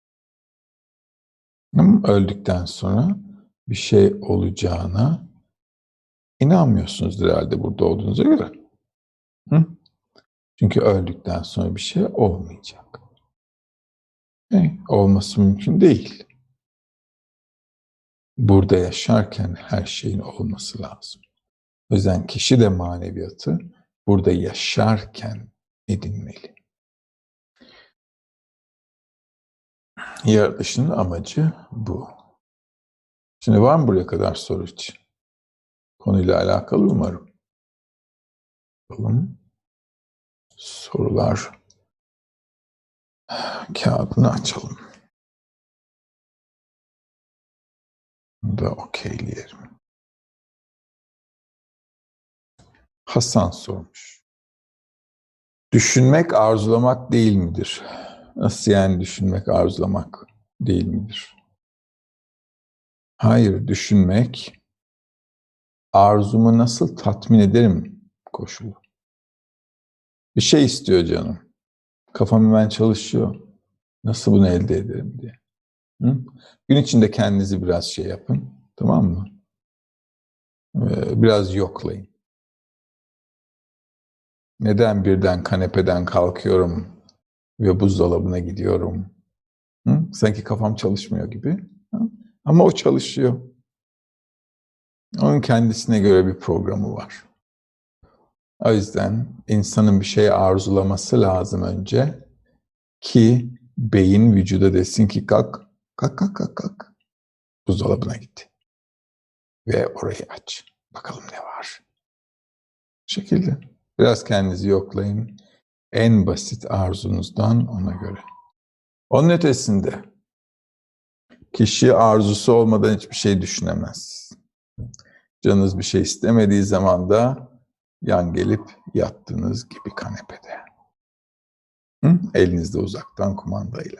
Ama öldükten sonra bir şey olacağına inanmıyorsunuzdur herhalde burada olduğunuza göre. Hı? Çünkü öldükten sonra bir şey olmayacak. Olması mümkün değil. Burada yaşarken her şeyin olması lazım. O yüzden kişi de maneviyatı burada yaşarken edinmeli. Yaratılışın amacı bu. Şimdi var mı buraya kadar soru hiç? Konuyla alakalı umarım. Bakalım. Sorular kağıdını açalım. Bunu da okeyleyelim. Hasan sormuş. Düşünmek arzulamak değil midir? Nasıl yani düşünmek arzulamak değil midir? Hayır, düşünmek arzumu nasıl tatmin ederim koşulu. Bir şey istiyor canım. Kafam hemen çalışıyor. Nasıl bunu elde ederim diye. Hı? Gün içinde kendinizi biraz şey yapın. Tamam mı? Biraz yoklayın. Neden birden kanepeden kalkıyorum ve buzdolabına gidiyorum? Hı? Sanki kafam çalışmıyor gibi. Hı? Ama o çalışıyor. Onun kendisine göre bir programı var. O yüzden insanın bir şey arzulaması lazım önce ki beyin vücuda desin ki kalk, kalk, kalk, kalk, kalk. Buzdolabına git. Ve orayı aç. Bakalım ne var. Bu şekilde. Biraz kendinizi yoklayın. En basit arzunuzdan ona göre. Onun ötesinde kişi arzusu olmadan hiçbir şey düşünemez. Canınız bir şey istemediği zaman da yan gelip yattığınız gibi kanepede. Hı? Elinizde uzaktan kumandayla.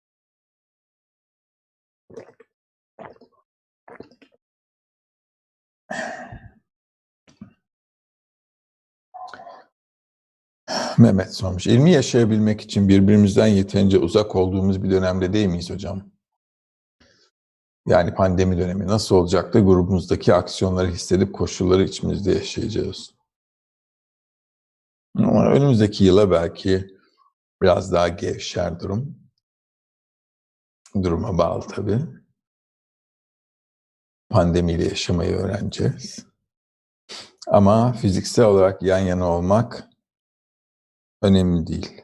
Mehmet sormuş. İlmi yaşayabilmek için birbirimizden yeterince uzak olduğumuz bir dönemde değil miyiz hocam? Yani pandemi dönemi nasıl olacak da grubumuzdaki aksiyonları hissedip koşulları içimizde yaşayacağız. Ama önümüzdeki yıla belki biraz daha gevşer durum. Duruma bağlı tabii. Pandemiyle yaşamayı öğreneceğiz. Ama fiziksel olarak yan yana olmak önemli değil.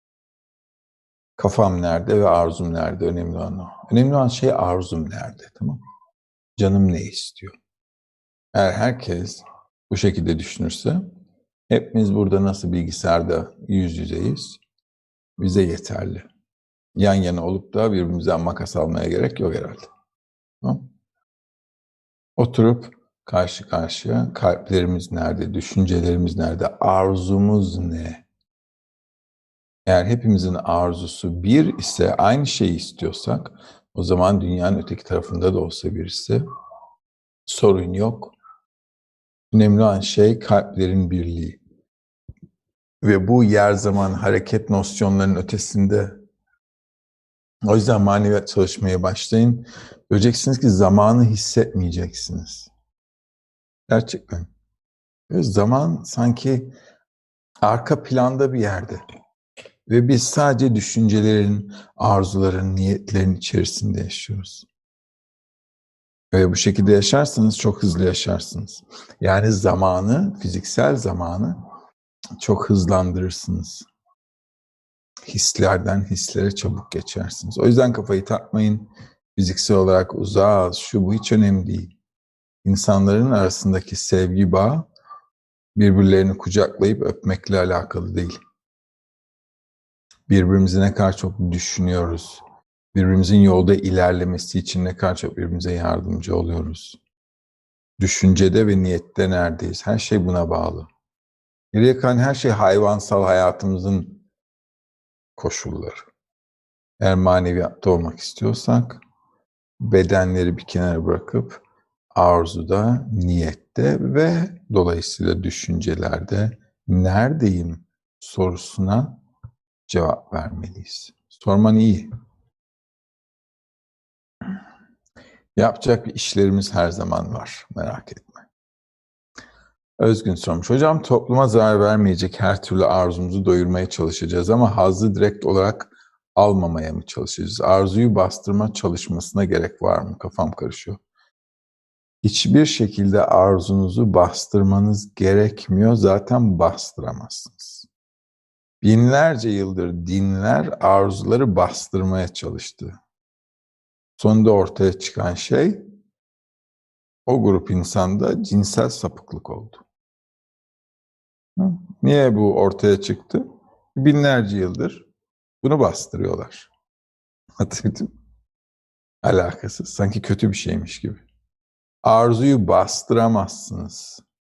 Kafam nerede ve arzum nerede? Önemli olan o. Önemli olan şey arzum nerede, tamam mı? Canım ne istiyor? Eğer herkes bu şekilde düşünürse, hepimiz burada nasıl bilgisayarda yüz yüzeyiz, bize yeterli. Yan yana olup da birbirimizden makas almaya gerek yok herhalde. Tamam? Oturup karşı karşıya kalplerimiz nerede, düşüncelerimiz nerede, arzumuz ne? Eğer hepimizin arzusu bir ise, aynı şeyi istiyorsak, o zaman dünyanın öteki tarafında da olsa birisi sorun yok. Önemli olan şey kalplerin birliği. Ve bu yer zaman hareket nosyonlarının ötesinde. O yüzden maneviyat çalışmaya başlayın. Göreceksiniz ki zamanı hissetmeyeceksiniz. Gerçekten. Zaman sanki arka planda bir yerde. Ve biz sadece düşüncelerin, arzuların, niyetlerin içerisinde yaşıyoruz. Ve bu şekilde yaşarsanız çok hızlı yaşarsınız. Yani zamanı, fiziksel zamanı çok hızlandırırsınız. Hislerden hislere çabuk geçersiniz. O yüzden kafayı takmayın. Fiziksel olarak uzağız, şu bu hiç önemli değil. İnsanların arasındaki sevgi bağı birbirlerini kucaklayıp öpmekle alakalı değil. Birbirimizi ne kadar çok düşünüyoruz. Birbirimizin yolda ilerlemesi için ne kadar çok birbirimize yardımcı oluyoruz. Düşüncede ve niyette neredeyiz? Her şey buna bağlı. Geriye kalan her şey hayvansal hayatımızın koşulları. Eğer maneviyatta olmak istiyorsak bedenleri bir kenara bırakıp arzuda, niyette ve dolayısıyla düşüncelerde neredeyim sorusuna cevap vermeliyiz. Sorman iyi. Yapacak bir işlerimiz her zaman var, merak etme. Özgün sormuş. Hocam topluma zarar vermeyecek her türlü arzumuzu doyurmaya çalışacağız ama hazzı direkt olarak almamaya mı çalışacağız? Arzuyu bastırma çalışmasına gerek var mı? Kafam karışıyor. Hiçbir şekilde arzunuzu bastırmanız gerekmiyor. Zaten bastıramazsınız. Binlerce yıldır dinler arzuları bastırmaya çalıştı. Sonunda ortaya çıkan şey o grup insanda cinsel sapıklık oldu. Niye bu ortaya çıktı? Binlerce yıldır bunu bastırıyorlar. Hatırladın? Alakasız. Sanki kötü bir şeymiş gibi. Arzuyu bastıramazsınız.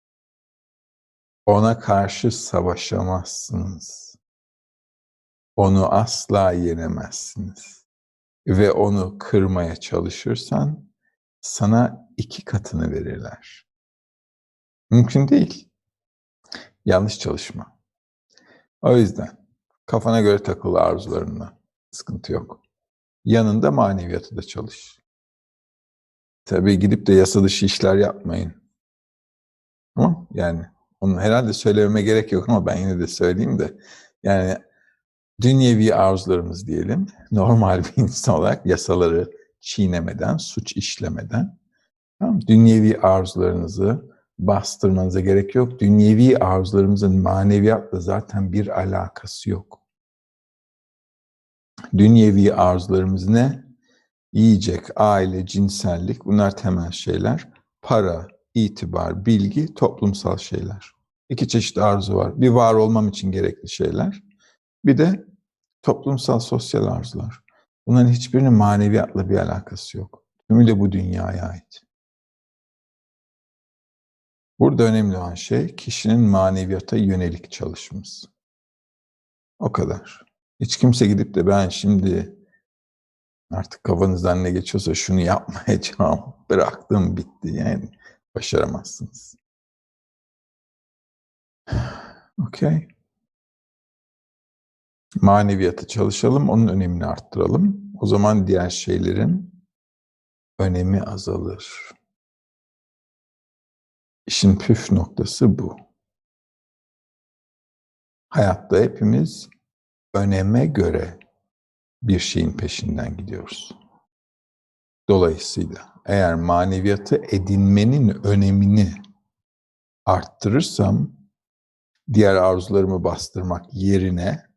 Ona karşı savaşamazsınız. Onu asla yenemezsiniz. Ve onu kırmaya çalışırsan sana 2 katını verirler. Mümkün değil. Yanlış çalışma. O yüzden kafana göre takıl arzularına. Sıkıntı yok. Yanında maneviyatı da çalış. Tabii gidip de yasa dışı işler yapmayın. Ama yani onu herhalde söylememe gerek yok ama ben yine de söyleyeyim de. Yani dünyevi arzularımız diyelim, normal bir insan olarak yasaları çiğnemeden, suç işlemeden, tamam, dünyevi arzularınızı bastırmanıza gerek yok. Dünyevi arzularımızın maneviyatla zaten bir alakası yok. Dünyevi arzularımız ne? Yiyecek, aile, cinsellik, bunlar temel şeyler. Para, itibar, bilgi, toplumsal şeyler. 2 çeşit arzu var. Bir var olmam için gerekli şeyler. Bir de toplumsal, sosyal arzular. Bunların hiçbirinin maneviyatla bir alakası yok. Tümü de bu dünyaya ait. Burada önemli olan şey kişinin maneviyata yönelik çalışması. O kadar. Hiç kimse gidip de ben şimdi artık kafanızdan ne geçiyorsa şunu yapmayacağım, bıraktım, bitti. Yani başaramazsınız. Okey. Maneviyatı çalışalım, onun önemini arttıralım. O zaman diğer şeylerin önemi azalır. İşin püf noktası bu. Hayatta hepimiz öneme göre bir şeyin peşinden gidiyoruz. Dolayısıyla eğer maneviyatı edinmenin önemini arttırırsam, diğer arzularımı bastırmak yerine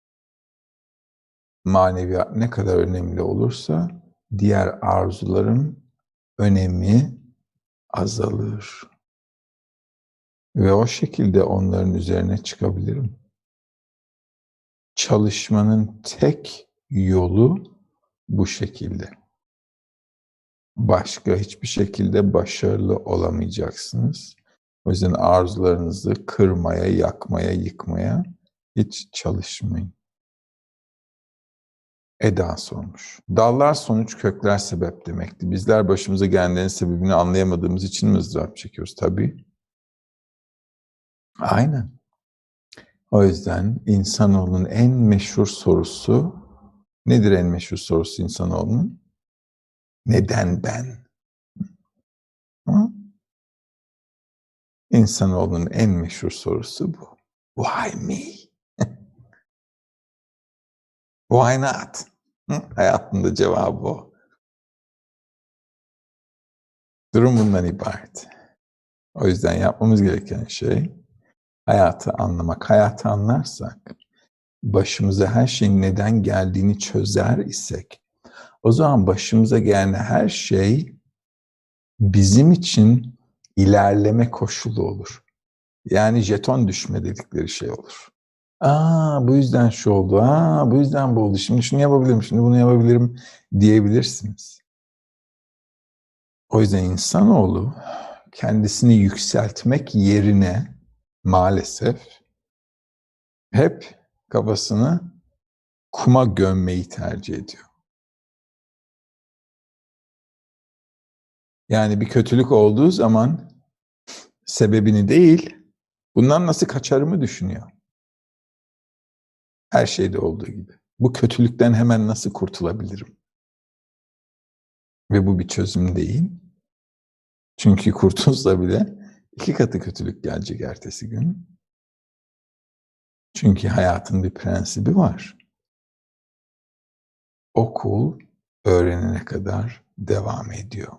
maneviyat ne kadar önemli olursa diğer arzuların önemi azalır. Ve o şekilde onların üzerine çıkabilirim. Çalışmanın tek yolu bu şekilde. Başka hiçbir şekilde başarılı olamayacaksınız. O yüzden arzularınızı kırmaya, yakmaya, yıkmaya hiç çalışmayın. Eda sormuş. Dallar sonuç, kökler sebep demekti. Bizler başımıza gelenlerin sebebini anlayamadığımız için mi ızdırap çekiyoruz? Tabii. Aynen. O yüzden insanoğlunun en meşhur sorusu, nedir en meşhur sorusu insanoğlunun? Neden ben? Hı? İnsanoğlunun en meşhur sorusu bu. Why me? Why not? Hayatında cevabı o. Durum bundan ibaret. O yüzden yapmamız gereken şey hayatı anlamak. Hayatı anlarsak, başımıza her şeyin neden geldiğini çözer isek, o zaman başımıza gelen her şey bizim için ilerleme koşulu olur. Yani jeton düşme dedikleri şey olur. Bu yüzden şu oldu, bu yüzden bu oldu, şimdi şunu yapabilirim, şimdi bunu yapabilirim diyebilirsiniz. O yüzden insanoğlu kendisini yükseltmek yerine maalesef hep kafasını kuma gömmeyi tercih ediyor. Yani bir kötülük olduğu zaman sebebini değil, bundan nasıl kaçarımı düşünüyor. Her şeyde olduğu gibi. Bu kötülükten hemen nasıl kurtulabilirim? Ve bu bir çözüm değil. Çünkü kurtulsa bile 2 katı kötülük gelecek ertesi gün. Çünkü hayatın bir prensibi var. Okul öğrenene kadar devam ediyor.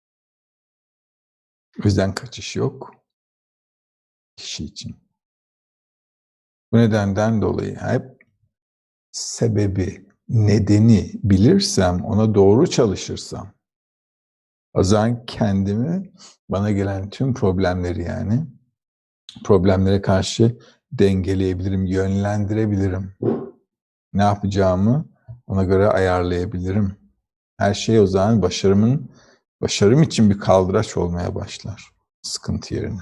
O yüzden kaçış yok kişi için. Bu nedenden dolayı hep sebebi, nedeni bilirsem, ona doğru çalışırsam, o zaman kendimi, bana gelen tüm problemleri yani, problemlere karşı dengeleyebilirim, yönlendirebilirim. Ne yapacağımı ona göre ayarlayabilirim. Her şey o zaman başarım için bir kaldıraç olmaya başlar sıkıntı yerine.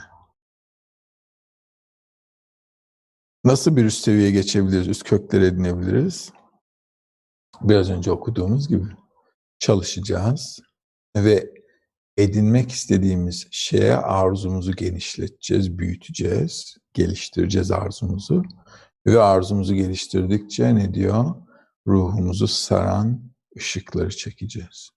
Nasıl bir üst seviyeye geçebiliriz, üst kökler edinebiliriz? Biraz önce okuduğumuz gibi çalışacağız ve edinmek istediğimiz şeye arzumuzu genişleteceğiz, büyüteceğiz, geliştireceğiz arzumuzu. Ve arzumuzu geliştirdikçe ne diyor? Ruhumuzu saran ışıkları çekeceğiz.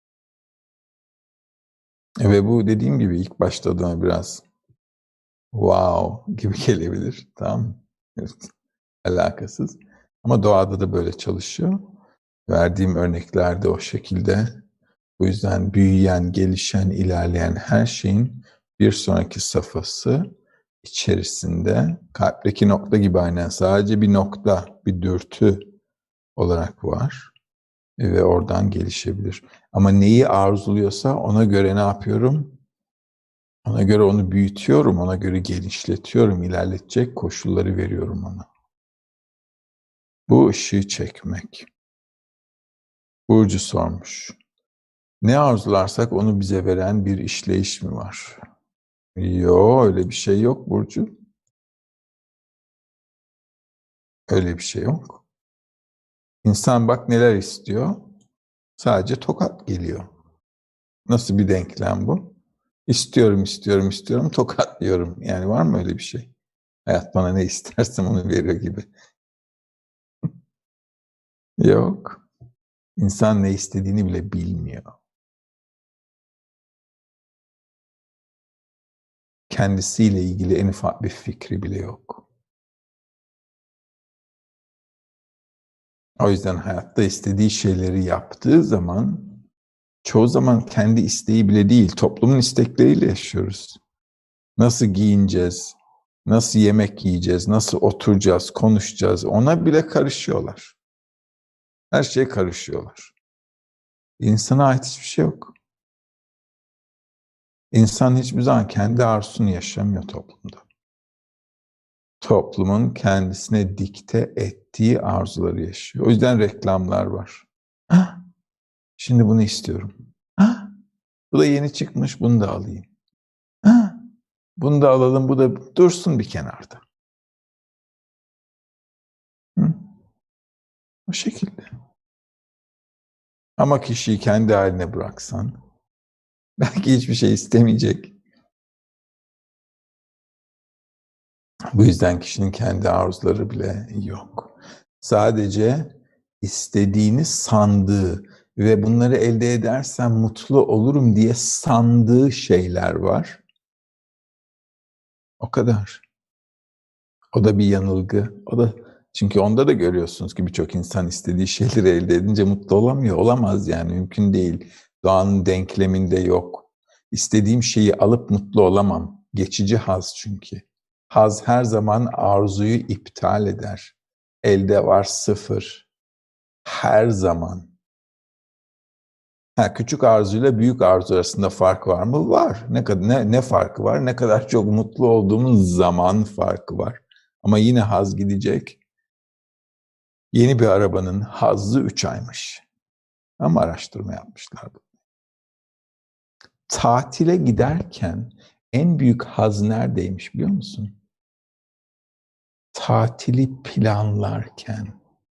Ve bu dediğim gibi ilk başta adına biraz wow gibi gelebilir. Tamam. Evet. Alakasız. Ama doğada da böyle çalışıyor. Verdiğim örneklerde o şekilde. Bu yüzden büyüyen, gelişen, ilerleyen her şeyin bir sonraki safhası içerisinde kalpteki nokta gibi aynen sadece bir nokta, bir dürtü olarak var ve oradan gelişebilir. Ama neyi arzuluyorsa ona göre ne yapıyorum? Ona göre onu büyütüyorum, ona göre genişletiyorum, ilerletecek koşulları veriyorum ona. Bu ışığı çekmek. Burcu sormuş. Ne arzularsak onu bize veren bir işleyiş mi var? Yok, öyle bir şey yok Burcu. Öyle bir şey yok. İnsan bak neler istiyor. Sadece tokat geliyor. Nasıl bir denklem bu? İstiyorum, istiyorum, istiyorum, tokatlıyorum. Yani var mı öyle bir şey? Hayat bana ne istersem onu veriyor gibi. Yok. İnsan ne istediğini bile bilmiyor. Kendisiyle ilgili en ufak bir fikri bile yok. O yüzden hayatta istediği şeyleri yaptığı zaman çoğu zaman kendi isteği bile değil, toplumun istekleriyle yaşıyoruz. Nasıl giyineceğiz, nasıl yemek yiyeceğiz, nasıl oturacağız, konuşacağız, ona bile karışıyorlar. Her şeye karışıyorlar. İnsana ait hiçbir şey yok. İnsan hiçbir zaman kendi arzusunu yaşamıyor toplumda. Toplumun kendisine dikte ettiği arzuları yaşıyor. O yüzden reklamlar var. Şimdi bunu istiyorum. Bu da yeni çıkmış, bunu da alayım. Bunu da alalım, bu da dursun bir kenarda. O şekilde. Ama kişiyi kendi haline bıraksan, belki hiçbir şey istemeyecek. Bu yüzden kişinin kendi arzuları bile yok. Sadece istediğini sandığı ve bunları elde edersem mutlu olurum diye sandığı şeyler var. O kadar. O da bir yanılgı. Çünkü onda da görüyorsunuz ki birçok insan istediği şeyleri elde edince mutlu olamıyor. Olamaz yani, mümkün değil. Doğanın denkleminde yok. İstediğim şeyi alıp mutlu olamam. Geçici haz çünkü. Haz her zaman arzuyu iptal eder. Elde var sıfır. Her zaman. Küçük arzuyla büyük arzu arasında fark var mı? Var. Ne farkı var? Ne kadar çok mutlu olduğumuz zaman farkı var. Ama yine haz gidecek. Yeni bir arabanın hazzı 3 aymış. Ama araştırma yapmışlar. Tatile giderken en büyük haz neredeymiş biliyor musun? Tatili planlarken.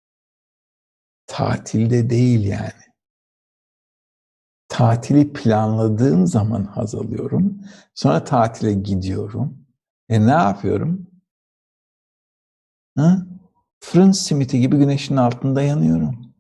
Tatilde değil yani. Tatili planladığım zaman haz alıyorum. Sonra tatile gidiyorum. Ne yapıyorum? Fırın simiti gibi güneşin altında yanıyorum.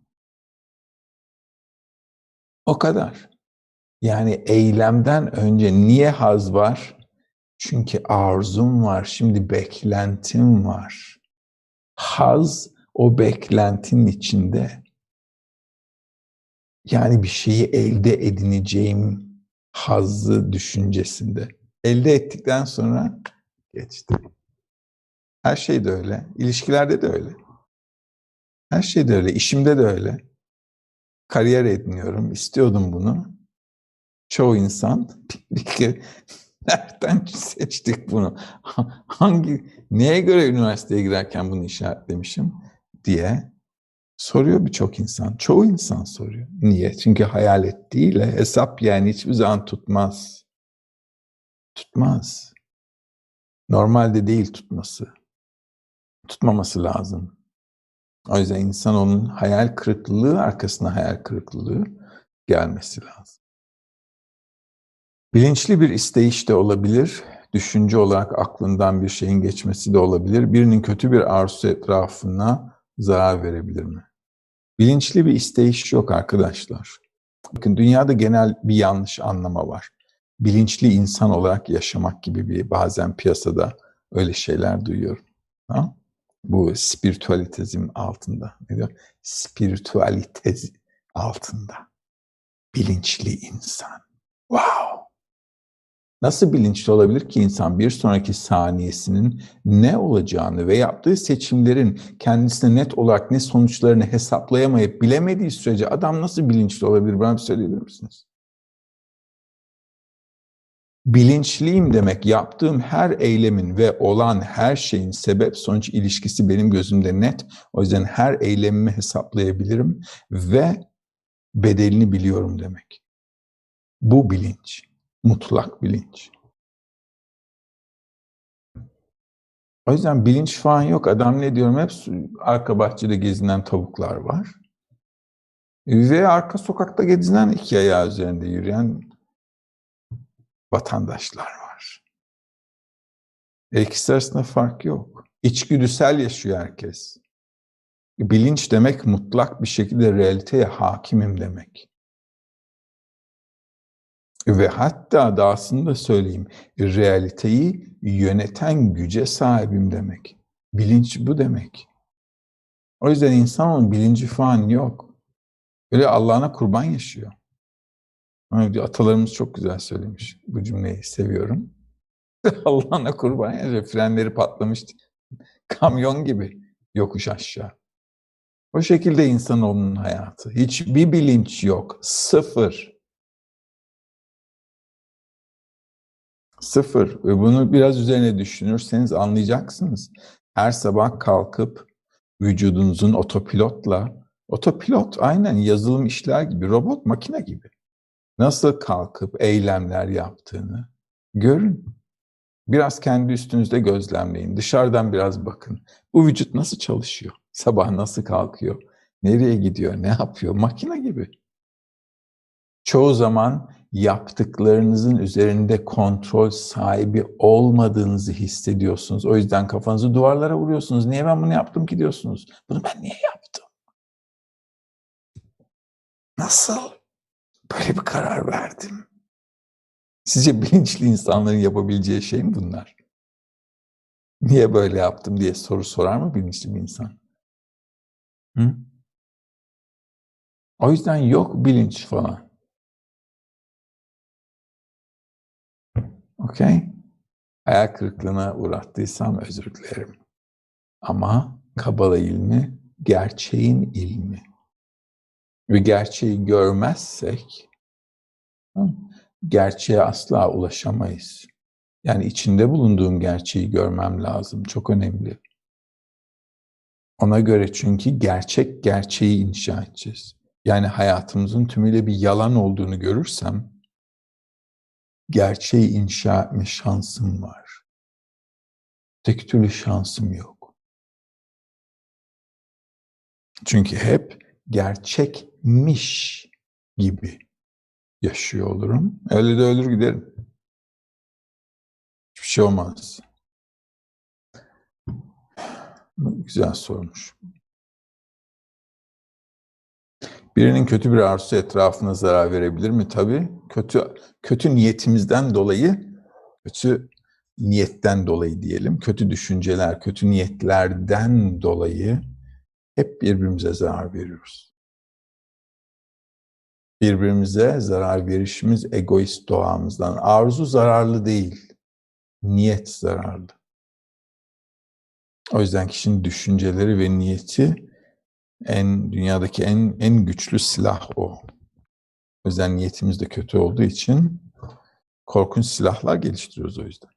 O kadar. Yani eylemden önce niye haz var? Çünkü arzum var, şimdi beklentim var. Haz o beklentinin içinde. Yani bir şeyi elde edineceğim hazzı düşüncesinde. Elde ettikten sonra geçti. Her şey de öyle. İlişkilerde de öyle. Her şey de öyle. İşimde de öyle. Kariyer ediniyorum. İstiyordum bunu. Çoğu insan nereden seçtik bunu? Neye göre üniversiteye girerken bunu işaretlemişim diye soruyor birçok insan. Çoğu insan soruyor. Niye? Çünkü hayal ettiğiyle hesap yani hiçbir zaman tutmaz. Tutmaz. Normalde değil tutması. Tutmaması lazım. O yüzden insan onun hayal kırıklığı arkasına hayal kırıklığı gelmesi lazım. Bilinçli bir isteyiş de olabilir. Düşünce olarak aklından bir şeyin geçmesi de olabilir. Birinin kötü bir arzusu etrafına zarar verebilir mi? Bilinçli bir isteyiş yok arkadaşlar. Bakın dünyada genel bir yanlış anlama var. Bilinçli insan olarak yaşamak gibi bir bazen piyasada öyle şeyler duyuyorum. Ha? Bu spiritüalitezm altında. Ne diyor? Spiritüalitez altında. Bilinçli insan. Wow! Nasıl bilinçli olabilir ki insan bir sonraki saniyesinin ne olacağını ve yaptığı seçimlerin kendisine net olarak ne sonuçlarını hesaplayamayıp bilemediği sürece adam nasıl bilinçli olabilir? Bana bir söyleyebilir misiniz? Bilinçliyim demek yaptığım her eylemin ve olan her şeyin sebep sonuç ilişkisi benim gözümde net. O yüzden her eylemimi hesaplayabilirim ve bedelini biliyorum demek. Bu bilinç, mutlak bilinç. O yüzden bilinç falan yok. Adam ne diyorum hep arka bahçede gezinen tavuklar var. Ve arka sokakta gezinen 2 ayağı üzerinde yürüyen vatandaşlar var. İkisi arasında fark yok. İçgüdüsel yaşıyor herkes. Bilinç demek mutlak bir şekilde realiteye hakimim demek. Ve hatta dahasını da söyleyeyim, realiteyi yöneten güce sahibim demek. Bilinç bu demek. O yüzden insanın bilinci falan yok. Öyle Allah'ına kurban yaşıyor. Atalarımız çok güzel söylemiş. Bu cümleyi seviyorum. Allah'ına kurban yaşıyor. Frenleri patlamış kamyon gibi yokuş aşağı. O şekilde insanoğlunun hayatı. Hiçbir bilinç yok. Sıfır. Sıfır. Ve bunu biraz üzerine düşünürseniz anlayacaksınız. Her sabah kalkıp vücudunuzun otopilot aynen yazılım işler gibi, robot, makine gibi. Nasıl kalkıp eylemler yaptığını görün. Biraz kendi üstünüzde gözlemleyin. Dışarıdan biraz bakın. Bu vücut nasıl çalışıyor? Sabah nasıl kalkıyor? Nereye gidiyor? Ne yapıyor? Makine gibi. Çoğu zaman yaptıklarınızın üzerinde kontrol sahibi olmadığınızı hissediyorsunuz. O yüzden kafanızı duvarlara vuruyorsunuz. Niye ben bunu yaptım ki diyorsunuz. Bunu ben niye yaptım? Nasıl böyle bir karar verdim? Sizce bilinçli insanların yapabileceği şey mi bunlar? Niye böyle yaptım diye soru sorar mı bilinçli bir insan? Hı? O yüzden yok bilinç falan. Okey? Hayal kırıklığına uğrattıysam özür dilerim. Ama Kabala ilmi gerçeğin ilmi. Ve gerçeği görmezsek gerçeğe asla ulaşamayız. Yani içinde bulunduğum gerçeği görmem lazım. Çok önemli. Ona göre çünkü gerçeği inşa edeceğiz. Yani hayatımızın tümüyle bir yalan olduğunu görürsem gerçeği inşa etme şansım var. Tek türlü şansım yok. Çünkü hep gerçekmiş gibi yaşıyor olurum. Öyle de ölür giderim. Hiçbir şey olmaz. Güzel sormuş. Birinin kötü bir arzusu etrafına zarar verebilir mi? Tabii. Kötü niyetimizden dolayı, kötü niyetten dolayı diyelim, kötü düşünceler, kötü niyetlerden dolayı hep birbirimize zarar veriyoruz. Birbirimize zarar verişimiz egoist doğamızdan. Arzu zararlı değil, niyet zararlı. O yüzden kişinin düşünceleri ve niyeti dünyadaki en güçlü silah o. O yüzden niyetimiz de kötü olduğu için korkunç silahlar geliştiriyoruz o yüzden.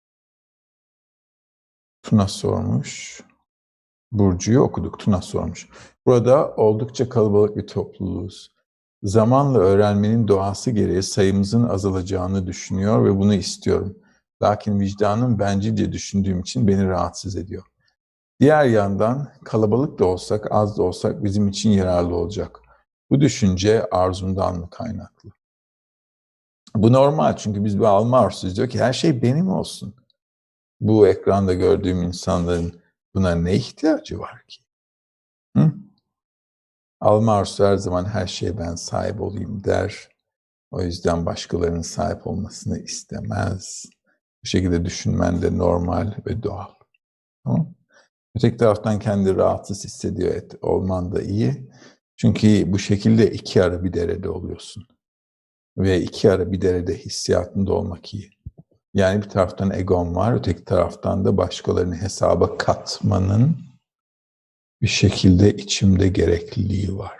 Tuna sormuş. Burcu'yu okuduk. Tuna sormuş. Burada oldukça kalabalık bir topluluğuz. Zamanla öğrenmenin doğası gereği sayımızın azalacağını düşünüyor ve bunu istiyorum. Lakin vicdanım bencilce düşündüğüm için beni rahatsız ediyor. Diğer yandan kalabalık da olsak, az da olsak bizim için yararlı olacak. Bu düşünce arzumdan mı kaynaklı? Bu normal çünkü biz bir alma arzusuyuz. Diyor ki her şey benim olsun. Bu ekranda gördüğüm insanların buna ne ihtiyacı var ki? Hı? Alma arzusu her zaman her şeye ben sahip olayım der. O yüzden başkalarının sahip olmasını istemez. Bu şekilde düşünmen de normal ve doğal. Tamam? Öteki taraftan kendi rahatsız hissediyor olman da iyi. Çünkü bu şekilde iki ara bir derede oluyorsun. Ve iki ara bir derede hissiyatında olmak iyi. Yani bir taraftan egon var, öteki taraftan da başkalarını hesaba katmanın bir şekilde içimde gerekliliği var.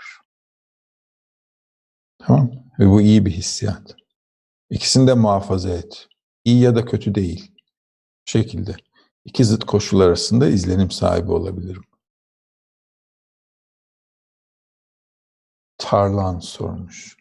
Tamam? Ve bu iyi bir hissiyat. İkisini de muhafaza et. İyi ya da kötü değil. Bu şekilde. İki zıt koşul arasında izlenim sahibi olabilirim. Tarlan sormuş.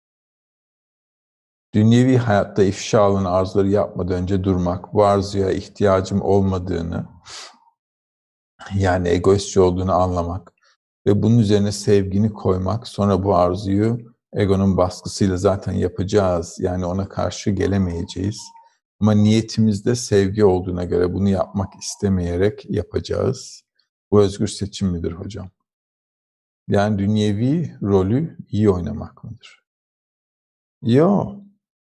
Dünyevi hayatta ifşa olan arzuları yapmadan önce durmak, bu arzuya ihtiyacım olmadığını, yani egoistçi olduğunu anlamak ve bunun üzerine sevgini koymak, sonra bu arzuyu egonun baskısıyla zaten yapacağız, yani ona karşı gelemeyeceğiz. Ama niyetimizde sevgi olduğuna göre bunu yapmak istemeyerek yapacağız. Bu özgür seçim midir hocam? Yani dünyevi rolü iyi oynamak mıdır? Yo.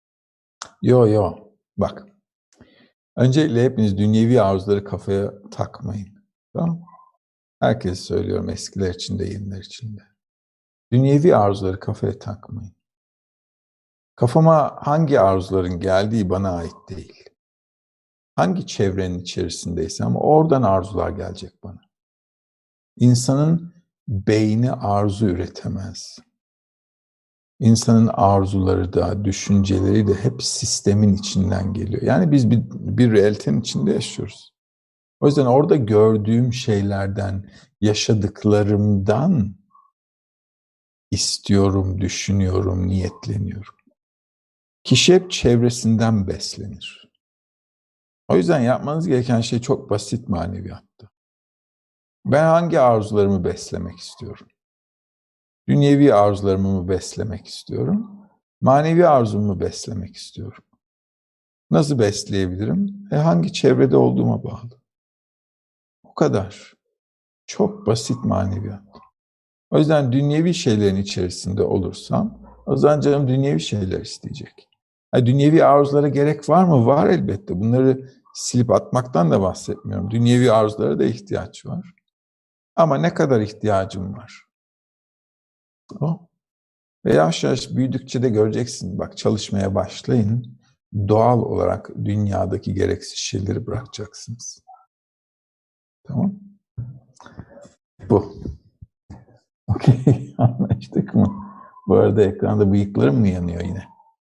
Bak. Öncelikle hepiniz dünyevi arzuları kafaya takmayın. Tamam mı? Herkese söylüyorum, eskiler için de yeniler için de. Dünyevi arzuları kafaya takmayın. Kafama hangi arzuların geldiği bana ait değil. Hangi çevrenin içerisindeysem oradan arzular gelecek bana. İnsanın beyni arzu üretemez. İnsanın arzuları da, düşünceleri de hep sistemin içinden geliyor. Yani biz bir realitenin içinde yaşıyoruz. O yüzden orada gördüğüm şeylerden, yaşadıklarımdan istiyorum, düşünüyorum, niyetleniyorum. Kişi hep çevresinden beslenir. O yüzden yapmanız gereken şey çok basit maneviyatta. Ben hangi arzularımı beslemek istiyorum? Dünyevi arzularımı mı beslemek istiyorum? Manevi arzumu beslemek istiyorum. Nasıl besleyebilirim? Hangi çevrede olduğuma bağlı. O kadar. Çok basit maneviyat. O yüzden dünyevi şeylerin içerisinde olursam, o zaman canım dünyevi şeyler isteyecek. Dünyevi arzulara gerek var mı? Var elbette. Bunları silip atmaktan da bahsetmiyorum. Dünyevi arzulara da ihtiyaç var. Ama ne kadar ihtiyacım var? O. Ve yavaş yavaş büyüdükçe de göreceksin. Bak, çalışmaya başlayın. Doğal olarak dünyadaki gereksiz şeyleri bırakacaksınız. Tamam? Bu. Okey, anlaştık mı? Bu arada ekranda bıyıklarım mı yanıyor yine?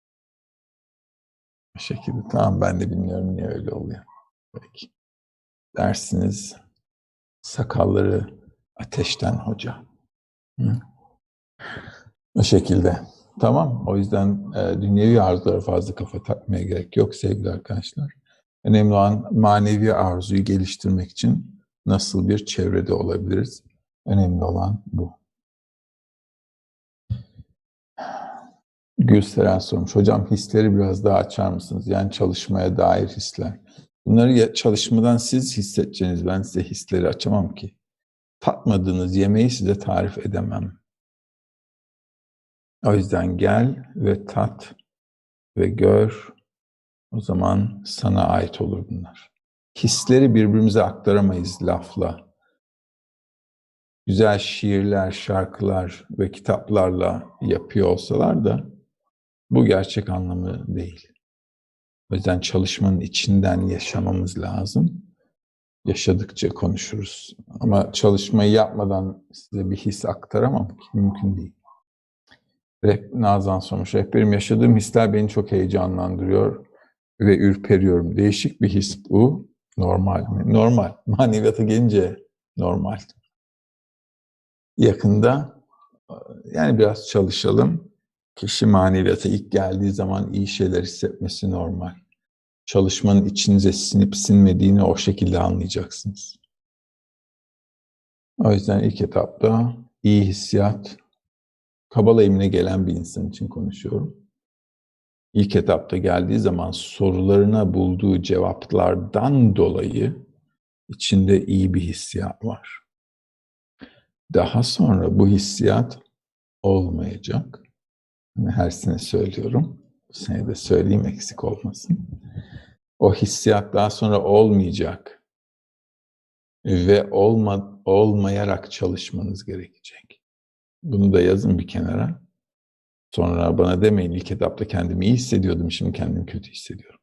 Bu şekilde. Tamam, ben de bilmiyorum niye öyle oluyor. Peki. Dersiniz sakalları ateşten hoca. Hı? O şekilde. Tamam. O yüzden dünyevi arzulara fazla kafa takmaya gerek yok sevgili arkadaşlar. Önemli olan manevi arzuyu geliştirmek için nasıl bir çevrede olabiliriz? Önemli olan bu. Gülseren sormuş. Hocam hisleri biraz daha açar mısınız? Yani çalışmaya dair hisler. Bunları çalışmadan siz hissedeceğiniz. Ben size hisleri açamam ki. Tatmadığınız yemeği size tarif edemem. O yüzden gel ve tat ve gör. O zaman sana ait olur bunlar. Hisleri birbirimize aktaramayız lafla. Güzel şiirler, şarkılar ve kitaplarla yapıyor olsalar da bu gerçek anlamı değil. O yüzden çalışmanın içinden yaşamamız lazım. Yaşadıkça konuşuruz. Ama çalışmayı yapmadan size bir his aktaramam ki, mümkün değil. Nazan sormuş. Rehberim, yaşadığım hisler beni çok heyecanlandırıyor ve ürperiyorum. Değişik bir his bu. Normal mi? Normal. Maneviyata gelince normal. Yakında yani biraz çalışalım. Kişi maneviyata ilk geldiği zaman iyi şeyler hissetmesi normal. Çalışmanın içinize sinip sinmediğini o şekilde anlayacaksınız. O yüzden ilk etapta iyi hissiyat, Kabala ilmine gelen bir insan için konuşuyorum. İlk etapta geldiği zaman sorularına bulduğu cevaplardan dolayı içinde iyi bir hissiyat var. Daha sonra bu hissiyat olmayacak. Her sene söylüyorum. Bu sene de söyleyeyim, eksik olmasın. O hissiyat daha sonra olmayacak. Ve olmayarak çalışmanız gerekecek. Bunu da yazın bir kenara. Sonra bana demeyin ilk etapta kendimi iyi hissediyordum, şimdi kendimi kötü hissediyorum.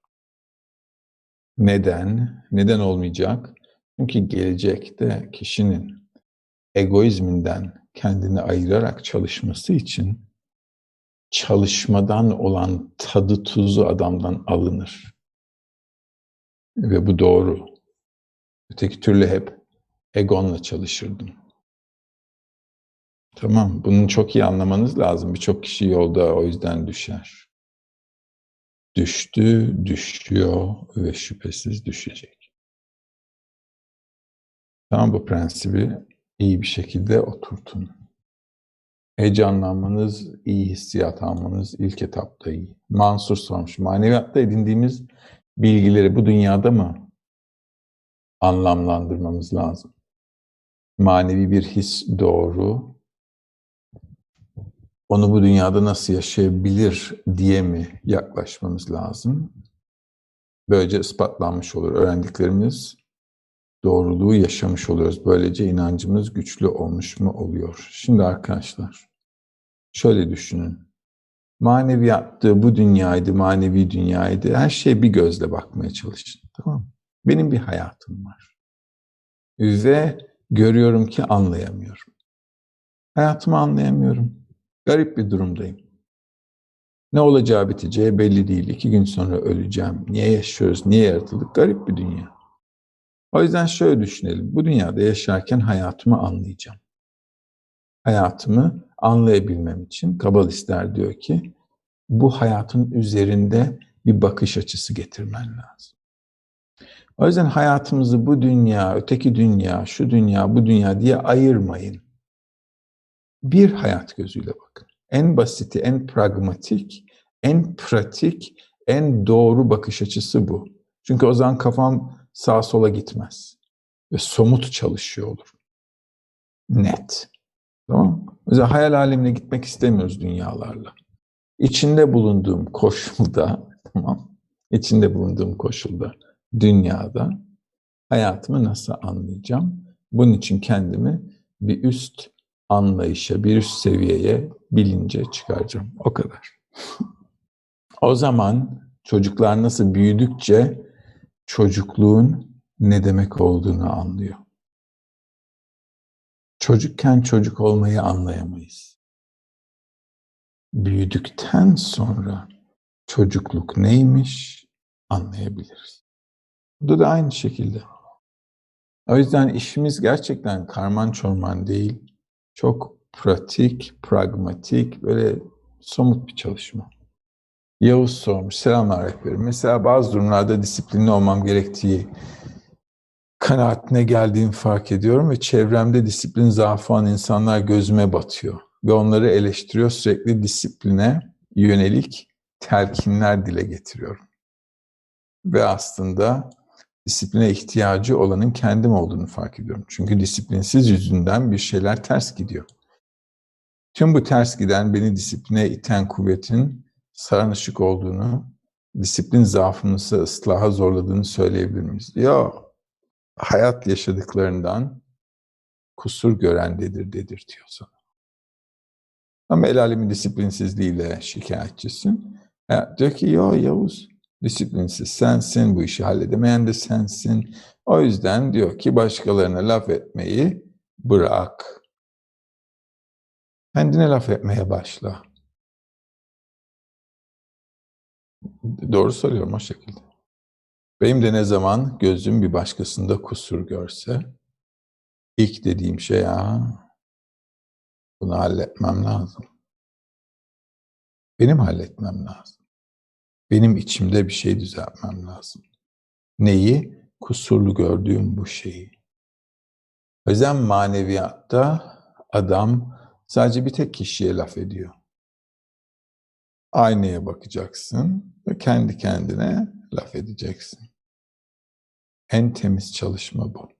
Neden? Neden olmayacak? Çünkü gelecekte kişinin egoizminden kendini ayırarak çalışması için çalışmadan olan tadı tuzu adamdan alınır. Ve bu doğru. Öteki türlü hep egonla çalışırdım. Tamam, bunu çok iyi anlamanız lazım. Birçok kişi yolda o yüzden düşer. Düştü, düşüyor ve şüphesiz düşecek. Tamam, bu prensibi iyi bir şekilde oturtun. Heyecanlanmanız, iyi hissiyat almanız ilk etapta iyi. Mansur sormuş, maneviyatta edindiğimiz bilgileri bu dünyada mı anlamlandırmamız lazım? Manevi bir his doğru. Onu bu dünyada nasıl yaşayabilir diye mi yaklaşmamız lazım? Böylece ispatlanmış olur. Öğrendiklerimiz doğruluğu yaşamış oluyoruz. Böylece inancımız güçlü olmuş mu oluyor? Şimdi arkadaşlar, şöyle düşünün. Maneviyattı, bu dünyaydı, manevi dünyaydı. Her şeye bir gözle bakmaya çalışın. Tamam mı? Benim bir hayatım var. Ve görüyorum ki anlayamıyorum. Hayatımı anlayamıyorum. Garip bir durumdayım. Ne olacağı biteceği belli değil. 2 gün sonra öleceğim. Niye yaşıyoruz, niye yaratıldık? Garip bir dünya. O yüzden şöyle düşünelim. Bu dünyada yaşarken hayatımı anlayacağım. Hayatımı anlayabilmem için kabalistler diyor ki bu hayatın üzerinde bir bakış açısı getirmen lazım. O yüzden hayatımızı bu dünya, öteki dünya, şu dünya, bu dünya diye ayırmayın. Bir hayat gözüyle bakın. En basiti, en pragmatik, en pratik, en doğru bakış açısı bu. Çünkü o zaman kafam sağa sola gitmez. Ve somut çalışıyor olur. Net. Tamam. Mesela hayal alemine gitmek istemiyoruz dünyalarla. İçinde bulunduğum koşulda, tamam, İçinde bulunduğum koşulda dünyada hayatımı nasıl anlayacağım? Bunun için kendimi bir üst anlayışa, bir üst seviyeye, bilince çıkaracağım. O kadar. O zaman çocuklar nasıl büyüdükçe çocukluğun ne demek olduğunu anlıyor. Çocukken çocuk olmayı anlayamayız. Büyüdükten sonra çocukluk neymiş anlayabiliriz. Bu da aynı şekilde. O yüzden işimiz gerçekten karman çorman değil. Çok pratik, pragmatik, böyle somut bir çalışma. Yavuz sormuş, selamlar rehberim. Mesela bazı durumlarda disiplinli olmam gerektiği kanaatine geldiğimi fark ediyorum ve çevremde disiplin zaafı olan insanlar gözüme batıyor. Ve onları eleştiriyor, sürekli disipline yönelik telkinler dile getiriyorum. Ve aslında disipline ihtiyacı olanın kendim olduğunu fark ediyorum. Çünkü disiplinsiz yüzünden bir şeyler ters gidiyor. Tüm bu ters giden, beni disipline iten kuvvetin sarınışık olduğunu, disiplin zaafımızı ıslaha zorladığını söyleyebilir miyiz? Yok. Hayat yaşadıklarından kusur görendedir dedirtiyor sana. Ama el alemin disiplinsizliğiyle şikayetçisin. Diyor ki yo Yavuz, disiplinsiz sensin, bu işi halledemeyen de sensin. O yüzden diyor ki başkalarına laf etmeyi bırak. Kendine laf etmeye başla. Doğru söylüyorum o şekilde. Benim de ne zaman gözüm bir başkasında kusur görse, ilk dediğim şey bunu halletmem lazım. Benim halletmem lazım. Benim içimde bir şey düzeltmem lazım. Neyi? Kusurlu gördüğüm bu şeyi. O yüzden maneviyatta adam sadece bir tek kişiye laf ediyor. Aynaya bakacaksın ve kendi kendine laf edeceksin. En temiz çalışma bu.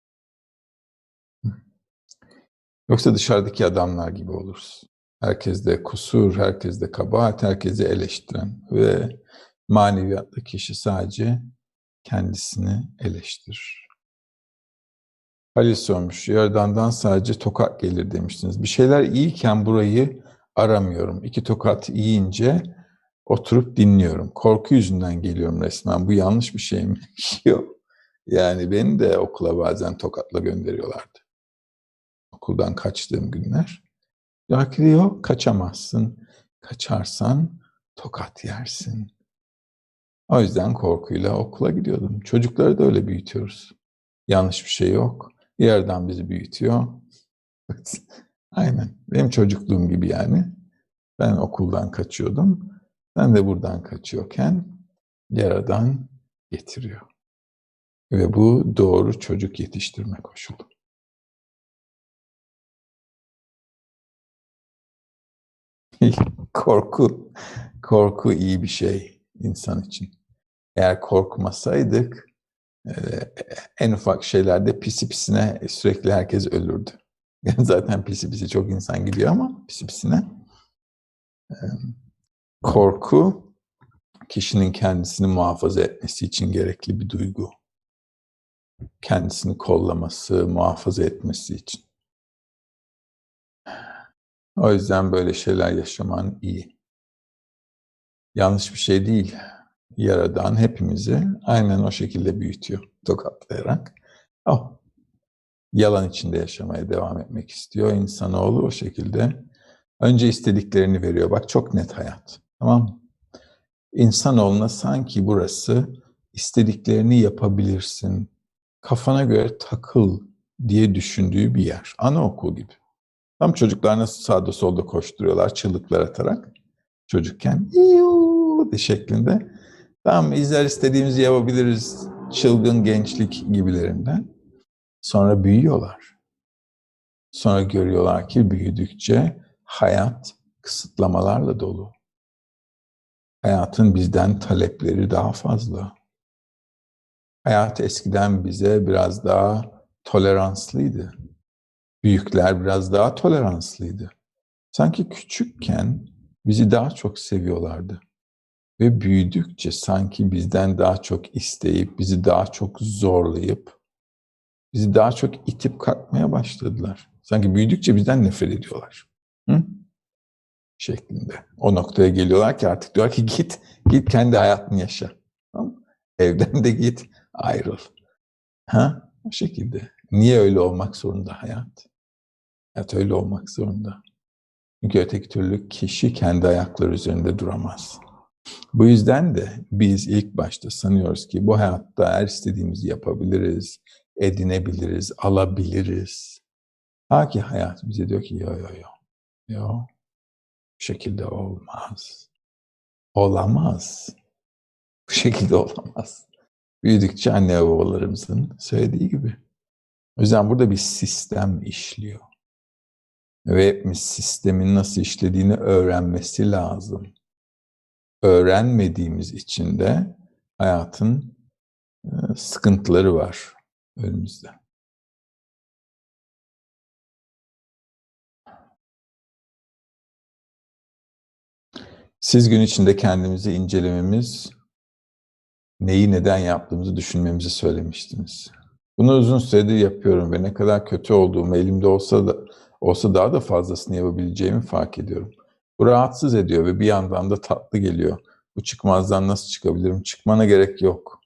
Yoksa dışarıdaki adamlar gibi oluruz. Herkes de kusur, herkes de kabahat, herkesi eleştiren ve maneviyatta kişi sadece kendisini eleştirir. Halil sormuş, Yaradan'dan sadece tokat gelir demiştiniz. Bir şeyler iyiyken burayı aramıyorum. 2 tokat yiyince oturup dinliyorum. Korku yüzünden geliyorum resmen. Bu yanlış bir şey mi? Yok. Yani beni de okula bazen tokatla gönderiyorlardı. Okuldan kaçtığım günler. Yok, kaçamazsın. Kaçarsan tokat yersin. O yüzden korkuyla okula gidiyordum. Çocukları da öyle büyütüyoruz. Yanlış bir şey yok. Yerden bizi büyütüyor. Aynen. Benim çocukluğum gibi yani. Ben okuldan kaçıyordum. Ben de buradan kaçıyorken Yaradan getiriyor. Ve bu doğru çocuk yetiştirme koşulu. Korku iyi bir şey insan için. Eğer korkmasaydık en ufak şeylerde pisi pisine sürekli herkes ölürdü. Yani zaten pisi pisi çok insan gidiyor ama pisi pisine. Korku kişinin kendisini muhafaza etmesi için gerekli bir duygu. Kendisini kollaması, muhafaza etmesi için. O yüzden böyle şeyler yaşaman iyi. Yanlış bir şey değil. Yaradan hepimizi aynen o şekilde büyütüyor, tokatlayarak. Yalan içinde yaşamaya devam etmek istiyor. İnsanoğlu o şekilde önce istediklerini veriyor. Bak çok net hayat. Tamam mı? İnsanoğluna sanki burası istediklerini yapabilirsin, kafana göre takıl diye düşündüğü bir yer. Anaokul gibi. Tam çocuklar nasıl sağda solda koşturuyorlar çığlıklar atarak. Çocukken "İyuu" şeklinde. Tamam izler istediğimizi yapabiliriz. Çılgın gençlik gibilerinden. Sonra büyüyorlar. Sonra görüyorlar ki büyüdükçe hayat kısıtlamalarla dolu. Hayatın bizden talepleri daha fazla. Hayat eskiden bize biraz daha toleranslıydı. Büyükler biraz daha toleranslıydı. Sanki küçükken bizi daha çok seviyorlardı. Ve büyüdükçe sanki bizden daha çok isteyip, bizi daha çok zorlayıp, bizi daha çok itip kalkmaya başladılar. Sanki büyüdükçe bizden nefret ediyorlar. Hı? Şeklinde. O noktaya geliyorlar ki artık diyor ki git kendi hayatını yaşa. Tamam? Evden de git, ayrıl. Ha? O şekilde. Niye öyle olmak zorunda hayat? Hayat öyle olmak zorunda. Çünkü öteki türlü kişi kendi ayakları üzerinde duramaz. Bu yüzden de biz ilk başta sanıyoruz ki bu hayatta her istediğimizi yapabiliriz, edinebiliriz, alabiliriz. Ta ki hayat bize diyor ki yo, bu şekilde olmaz. Olamaz. Bu şekilde olamaz. Büyüdükçe anne ve babalarımızın söylediği gibi. O yüzden burada bir sistem işliyor. Ve hepimiz sistemin nasıl işlediğini öğrenmesi lazım. Öğrenmediğimiz için de hayatın sıkıntıları var önümüzde. Siz gün içinde kendimizi incelememiz, neyi neden yaptığımızı düşünmemizi söylemiştiniz. Bunu uzun süredir yapıyorum ve ne kadar kötü olduğumu elimde olsa daha da fazlasını yapabileceğimi fark ediyorum. Bu rahatsız ediyor ve bir yandan da tatlı geliyor. Bu çıkmazdan nasıl çıkabilirim? Çıkmana gerek yok.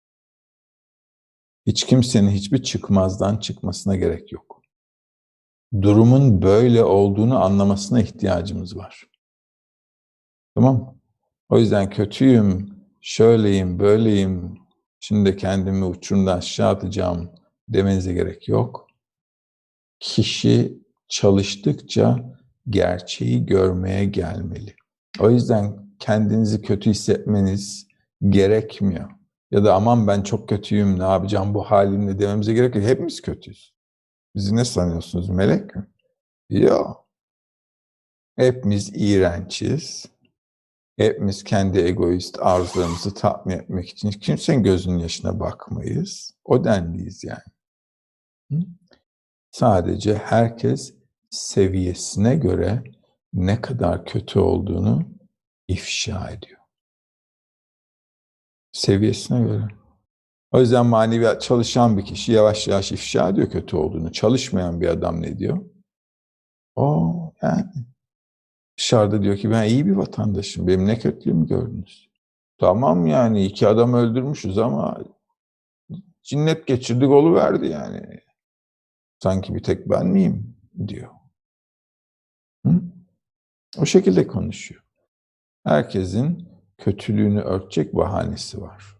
Hiç kimsenin hiçbir çıkmazdan çıkmasına gerek yok. Durumun böyle olduğunu anlamasına ihtiyacımız var. Tamam mı? O yüzden kötüyüm, şöyleyim, böyleyim, şimdi kendimi uçurumdan aşağı atacağım demenize gerek yok. Kişi çalıştıkça gerçeği görmeye gelmeli. O yüzden kendinizi kötü hissetmeniz gerekmiyor. Ya da aman ben çok kötüyüm, ne yapacağım bu halimle dememize gerek yok. Hepimiz kötüyüz. Bizi ne sanıyorsunuz, melek mi? Yok. Hepimiz iğrençiz. Hepimiz kendi egoist arzularımızı tatmin etmek için kimsenin gözünün yaşına bakmayız. O denliyiz yani. Hı? Sadece herkes seviyesine göre ne kadar kötü olduğunu ifşa ediyor. Seviyesine göre. O yüzden maneviyat çalışan bir kişi yavaş yavaş ifşa ediyor kötü olduğunu. Çalışmayan bir adam ne diyor? O yani dışarıda diyor ki ben iyi bir vatandaşım. Benim ne kötülüğümü gördünüz. Tamam yani 2 adam öldürmüşüz ama cinnet geçirdik oluverdi yani. Sanki bir tek ben miyim diyor. Hı? O şekilde konuşuyor. Herkesin kötülüğünü örtecek bahanesi var.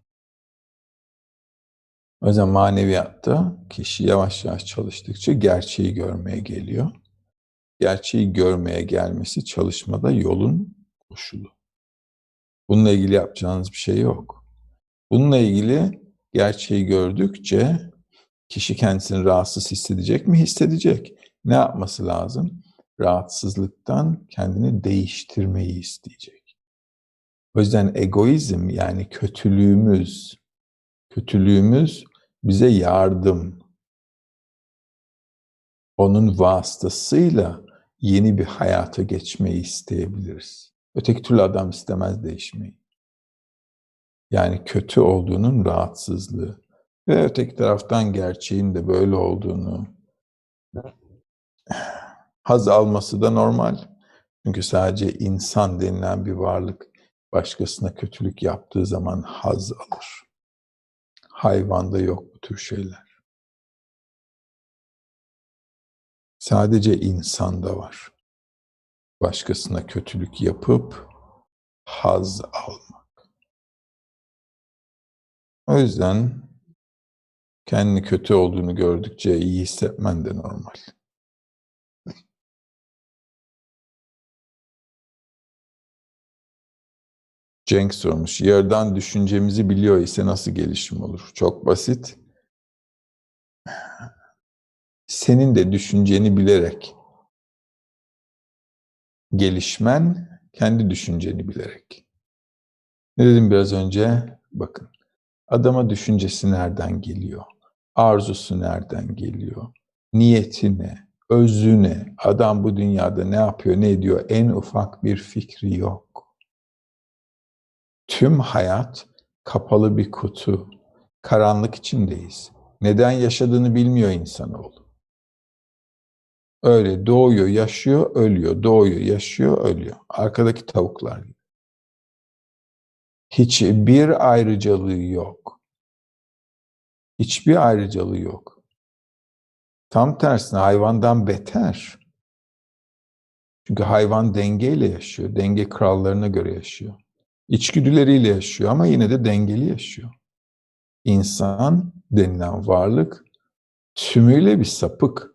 O yüzden maneviyatta kişi yavaş yavaş çalıştıkça gerçeği görmeye geliyor. Gerçeği görmeye gelmesi çalışmada yolun koşulu. Bununla ilgili yapacağınız bir şey yok. Bununla ilgili gerçeği gördükçe kişi kendisini rahatsız hissedecek mi? Hissedecek. Ne yapması lazım? Rahatsızlıktan kendini değiştirmeyi isteyecek. O yüzden egoizm yani kötülüğümüz bize yardım. Onun vasıtasıyla yeni bir hayata geçmeyi isteyebiliriz. Öteki türlü adam istemez değişmeyi. Yani kötü olduğunun rahatsızlığı ve öteki taraftan gerçeğin de böyle olduğunu haz alması da normal. Çünkü sadece insan denilen bir varlık başkasına kötülük yaptığı zaman haz alır. Hayvanda yok bu tür şeyler. Sadece insanda var. Başkasına kötülük yapıp haz almak. O yüzden kendini kötü olduğunu gördükçe iyi hissetmen de normal. Cenk sormuş. Yaradan düşüncemizi biliyor ise nasıl gelişim olur? Çok basit. Senin de düşünceni bilerek gelişmen, kendi düşünceni bilerek. Ne dedim biraz önce? Bakın, adama düşüncesi nereden geliyor? Arzusu nereden geliyor? Niyeti ne? Özü ne? Adam bu dünyada ne yapıyor, ne ediyor? En ufak bir fikri yok. Tüm hayat kapalı bir kutu. Karanlık içindeyiz. Neden yaşadığını bilmiyor insanoğlu. Öyle doğuyor, yaşıyor, ölüyor. Doğuyor, yaşıyor, ölüyor. Arkadaki tavuklar gibi. Hiçbir ayrıcalığı yok. Hiçbir ayrıcalığı yok. Tam tersine hayvandan beter. Çünkü hayvan dengeyle yaşıyor. Denge krallarına göre yaşıyor. İçgüdüleriyle yaşıyor ama yine de dengeli yaşıyor. İnsan denilen varlık tümüyle bir sapık.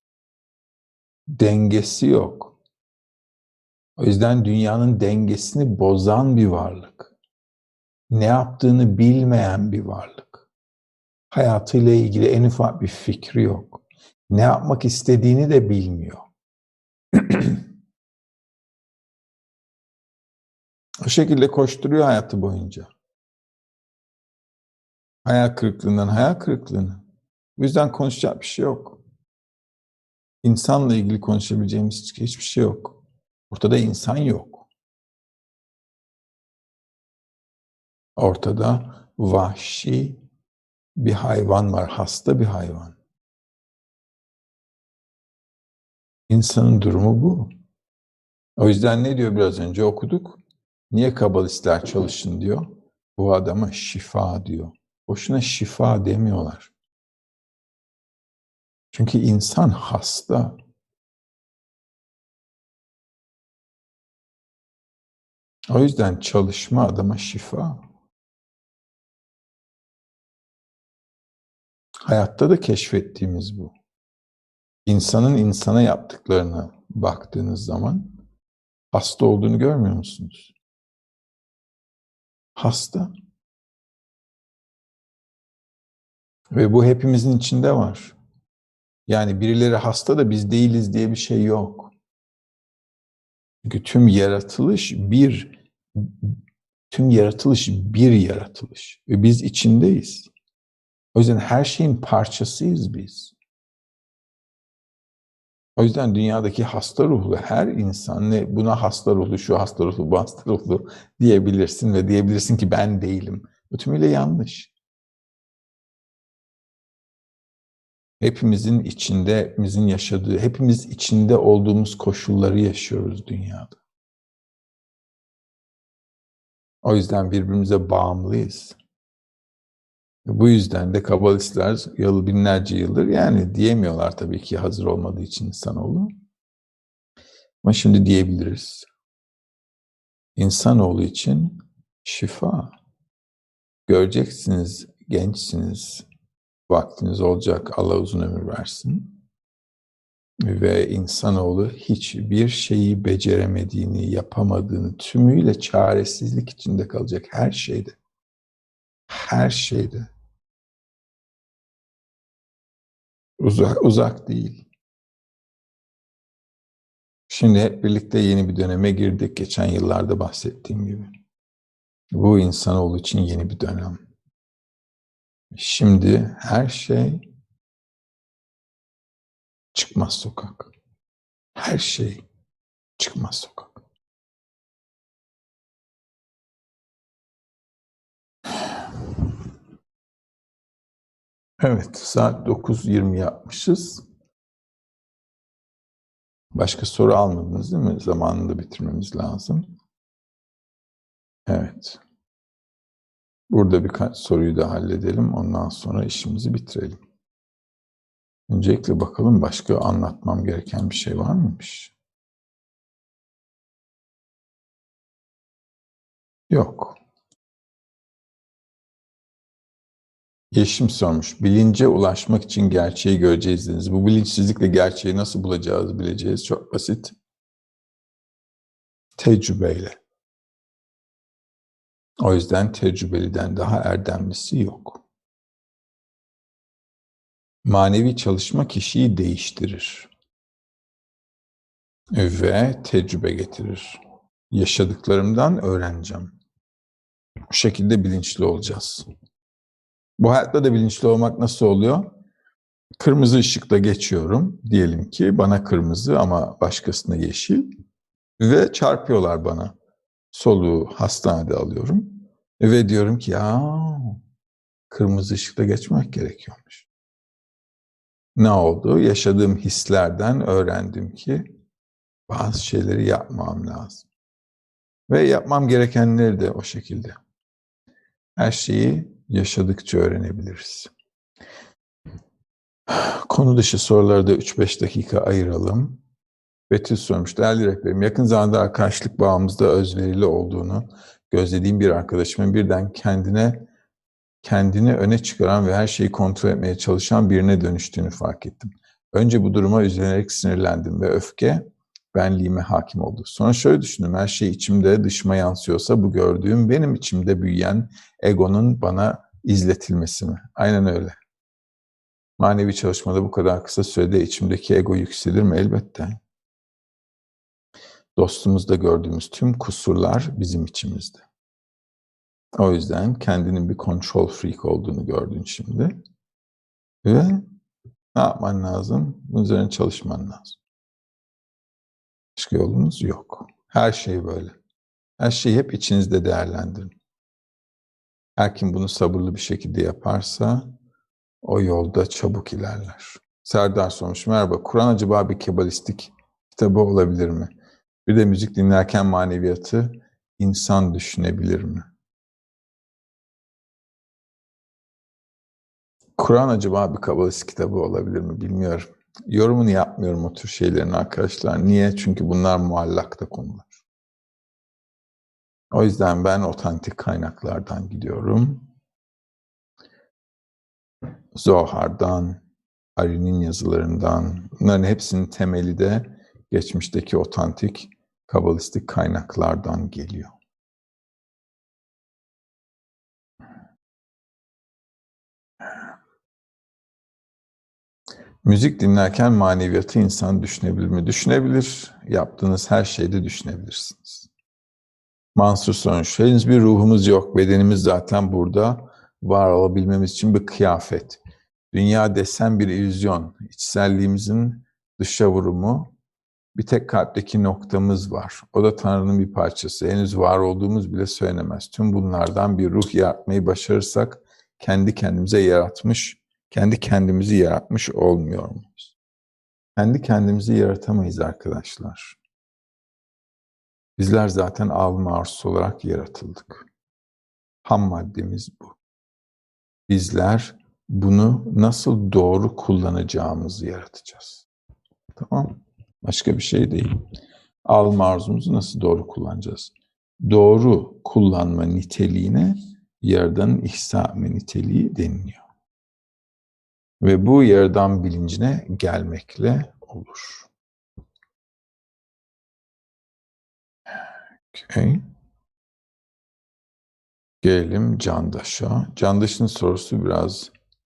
Dengesi yok. O yüzden dünyanın dengesini bozan bir varlık. Ne yaptığını bilmeyen bir varlık. Hayatıyla ilgili en ufak bir fikri yok. Ne yapmak istediğini de bilmiyor. O şekilde koşturuyor hayatı boyunca. Hayal kırıklığından hayal kırıklığına. Bu yüzden konuşacak bir şey yok. İnsanla ilgili konuşabileceğimiz hiçbir şey yok. Ortada insan yok. Ortada vahşi bir hayvan var, hasta bir hayvan. İnsanın durumu bu. O yüzden ne diyor biraz önce okuduk? Niye kabalistler çalışın diyor? Bu adama şifa diyor. Boşuna şifa demiyorlar. Çünkü insan hasta. O yüzden çalışma adama şifa. Hayatta da keşfettiğimiz bu. İnsanın insana yaptıklarına baktığınız zaman hasta olduğunu görmüyor musunuz? Hasta. Ve bu hepimizin içinde var. Yani birileri hasta da biz değiliz diye bir şey yok. Çünkü tüm yaratılış bir yaratılış. Ve biz içindeyiz. O yüzden her şeyin parçasıyız biz. O yüzden dünyadaki hasta ruhlu her insan buna hasta ruhlu, şu hasta ruhlu, bu hasta ruhlu diyebilirsin ve diyebilirsin ki ben değilim. Bu tümüyle yanlış. Hepimizin yaşadığı, hepimiz içinde olduğumuz koşulları yaşıyoruz dünyada. O yüzden birbirimize bağımlıyız. Bu yüzden de kabalistler binlerce yıldır yani diyemiyorlar tabii ki hazır olmadığı için insanoğlu. Ama şimdi diyebiliriz. İnsanoğlu için şifa. Göreceksiniz, gençsiniz, vaktiniz olacak, Allah uzun ömür versin. Ve insanoğlu hiçbir şeyi beceremediğini, yapamadığını, tümüyle çaresizlik içinde kalacak her şeyde. Her şeyde. Uzak değil. Şimdi hep birlikte yeni bir döneme girdik. Geçen yıllarda bahsettiğim gibi. Bu insanoğlu için yeni bir dönem. Şimdi her şey çıkmaz sokak. Her şey çıkmaz sokak. Evet, saat 9:20 yapmışız. Başka soru almadınız değil mi? Zamanında bitirmemiz lazım. Evet. Burada birkaç soruyu da halledelim. Ondan sonra işimizi bitirelim. Öncelikle bakalım başka anlatmam gereken bir şey var mıymış? Yok. Yeşim sormuş. Bilince ulaşmak için gerçeği göreceğiz dediniz. Bu bilinçsizlikle gerçeği nasıl bulacağız, bileceğiz? Çok basit. Tecrübeyle. O yüzden tecrübeliden daha erdemlisi yok. Manevi çalışma kişiyi değiştirir. Ve tecrübe getirir. Yaşadıklarımdan öğreneceğim. Bu şekilde bilinçli olacağız. Bu hayatta da bilinçli olmak nasıl oluyor? Kırmızı ışıkta geçiyorum. Diyelim ki bana kırmızı ama başkasına yeşil. Ve çarpıyorlar bana. Soluğu hastanede alıyorum. Ve diyorum ki ya kırmızı ışıkta geçmek gerekiyormuş. Ne oldu? Yaşadığım hislerden öğrendim ki bazı şeyleri yapmam lazım. Ve yapmam gerekenleri de o şekilde. Her şeyi yaşadıkça öğrenebiliriz. Konu dışı soruları da 3-5 dakika ayıralım. Betül sormuş, değerli rehberim, yakın zamanda arkadaşlık bağımızda özverili olduğunu gözlediğim bir arkadaşımın birden kendini öne çıkaran ve her şeyi kontrol etmeye çalışan birine dönüştüğünü fark ettim. Önce bu duruma üzülerek sinirlendim ve öfke benliğime hakim oldu. Sonra şöyle düşündüm, her şey içimde dışıma yansıyorsa bu gördüğüm benim içimde büyüyen egonun bana izletilmesi mi? Aynen öyle. Manevi çalışmada bu kadar kısa sürede içimdeki ego yükselir mi? Elbette. Dostumuzda gördüğümüz tüm kusurlar bizim içimizde. O yüzden kendinin bir control freak olduğunu gördün şimdi. Ve ne yapman lazım? Bunun üzerine çalışman lazım. Başka yolunuz yok. Her şey böyle. Her şeyi hep içinizde değerlendirin. Her kim bunu sabırlı bir şekilde yaparsa o yolda çabuk ilerler. Serdar sormuş, merhaba, Kur'an acaba bir kebalistik kitabı olabilir mi? Bir de müzik dinlerken maneviyatı insan düşünebilir mi? Kur'an acaba bir kabalistik kitabı olabilir mi bilmiyorum. Yorumunu yapmıyorum o tür şeylerin arkadaşlar. Niye? Çünkü bunlar muallakta konular. O yüzden ben otantik kaynaklardan gidiyorum. Zohar'dan, Ari'nin yazılarından, bunların hepsinin temeli de geçmişteki otantik kabalistik kaynaklardan geliyor. Müzik dinlerken maneviyatı insan düşünebilir mi? Düşünebilir. Yaptığınız her şeyde düşünebilirsiniz. Mansur Sonuç, henüz bir ruhumuz yok. Bedenimiz zaten burada. Var olabilmemiz için bir kıyafet. Dünya desen bir illüzyon. İçselliğimizin dışa vurumu. Bir tek kalpteki noktamız var. O da Tanrı'nın bir parçası. Henüz var olduğumuz bile söylenemez. Tüm bunlardan bir ruh yaratmayı başarırsak kendi kendimizi yaratmış olmuyor muyuz? Kendi kendimizi yaratamayız arkadaşlar. Bizler zaten alma arzusu olarak yaratıldık. Ham maddemiz bu. Bizler bunu nasıl doğru kullanacağımızı yaratacağız. Tamam? Başka bir şey değil. Alma arzumuzu nasıl doğru kullanacağız? Doğru kullanma niteliğine Yaradan'ın ihsa etme niteliği deniliyor. Ve bu Yaradan bilincine gelmekle olur. Okay. Gelelim Candaş'a. Candaş'ın sorusu biraz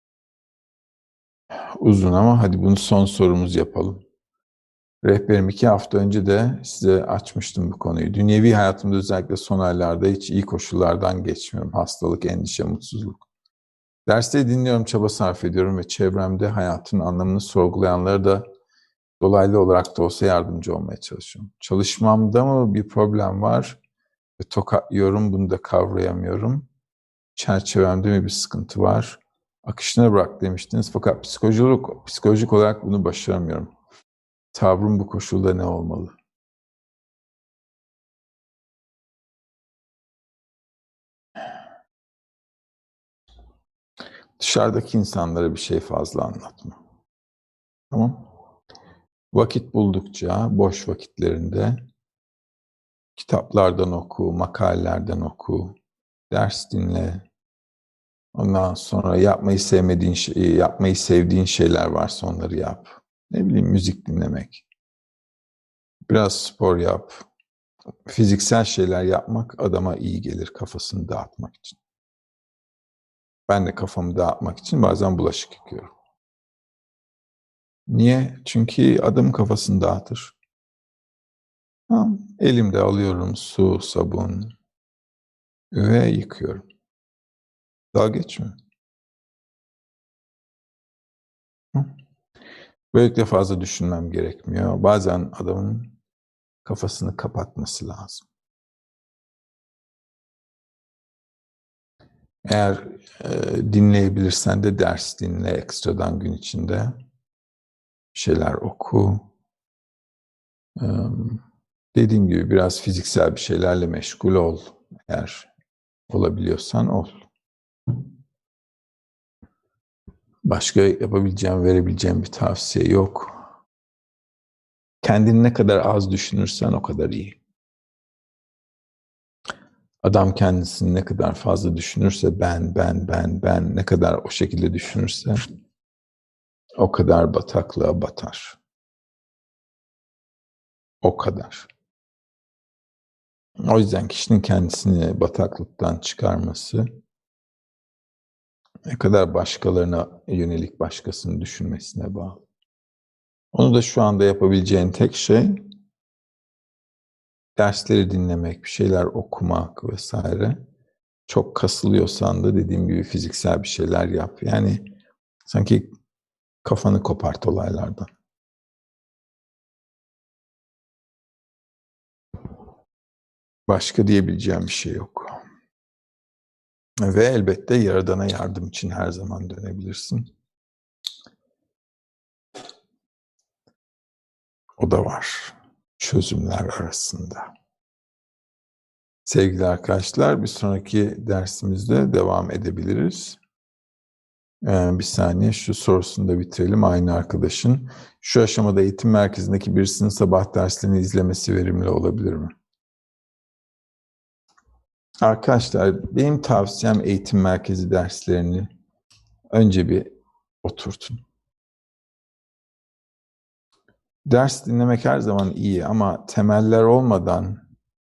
uzun ama hadi bunu son sorumuz yapalım. Rehberim 2 hafta önce de size açmıştım bu konuyu. Dünyevi hayatımda özellikle son aylarda hiç iyi koşullardan geçmiyorum. Hastalık, endişe, mutsuzluk. Dersleri dinliyorum, çaba sarf ediyorum ve çevremde hayatın anlamını sorgulayanlara da dolaylı olarak da olsa yardımcı olmaya çalışıyorum. Çalışmamda mı bir problem var ve tokatlıyorum, bunu da kavrayamıyorum. Çerçevemde mi bir sıkıntı var? Akışına bırak demiştiniz fakat psikolojik olarak bunu başaramıyorum. Tavrım bu koşulda ne olmalı? Dışarıdaki insanlara bir şey fazla anlatma. Tamam? Vakit buldukça, boş vakitlerinde kitaplardan oku, makalelerden oku, ders dinle. Ondan sonra yapmayı sevdiğin şeyler varsa onları yap. Ne bileyim, müzik dinlemek. Biraz spor yap. Fiziksel şeyler yapmak adama iyi gelir kafasını dağıtmak için. Ben de kafamı dağıtmak için bazen bulaşık yıkıyorum. Niye? Çünkü adamın kafasını dağıtır. Tamam. Elimde alıyorum su, sabun ve yıkıyorum. Dalga geçme. Böylelikle fazla düşünmem gerekmiyor. Bazen adamın kafasını kapatması lazım. Eğer dinleyebilirsen de ders dinle ekstradan gün içinde. Bir şeyler oku. Dediğim gibi biraz fiziksel bir şeylerle meşgul ol. Eğer olabiliyorsan ol. Başka yapabileceğim, verebileceğim bir tavsiye yok. Kendini ne kadar az düşünürsen o kadar iyi. Adam kendisini ne kadar fazla düşünürse, ben ne kadar o şekilde düşünürse o kadar bataklığa batar. O kadar. O yüzden kişinin kendisini bataklıktan çıkarması, ne kadar başkalarına yönelik başkasını düşünmesine bağlı. Onu da şu anda yapabileceğin tek şey dersleri dinlemek, bir şeyler okumak vesaire. Çok kasılıyorsan da dediğim gibi fiziksel bir şeyler yap. Yani sanki kafanı kopart olaylardan. Başka diyebileceğim bir şey yok. Ve elbette Yaradan'a yardım için her zaman dönebilirsin. O da var çözümler arasında. Sevgili arkadaşlar, bir sonraki dersimizde devam edebiliriz. Bir saniye şu sorusunu da bitirelim. Aynı arkadaşın. Şu aşamada eğitim merkezindeki birisinin sabah derslerini izlemesi verimli olabilir mi? Arkadaşlar, benim tavsiyem eğitim merkezi derslerini önce bir oturtun. Ders dinlemek her zaman iyi ama temeller olmadan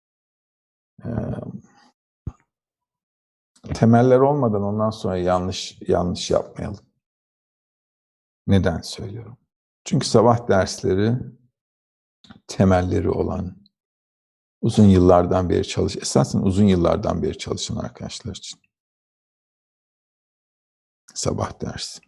ondan sonra yanlış yapmayalım. Neden söylüyorum? Çünkü sabah dersleri temelleri olan, uzun yıllardan beri esasen uzun yıllardan beri çalışan arkadaşlar için. Sabah dersi.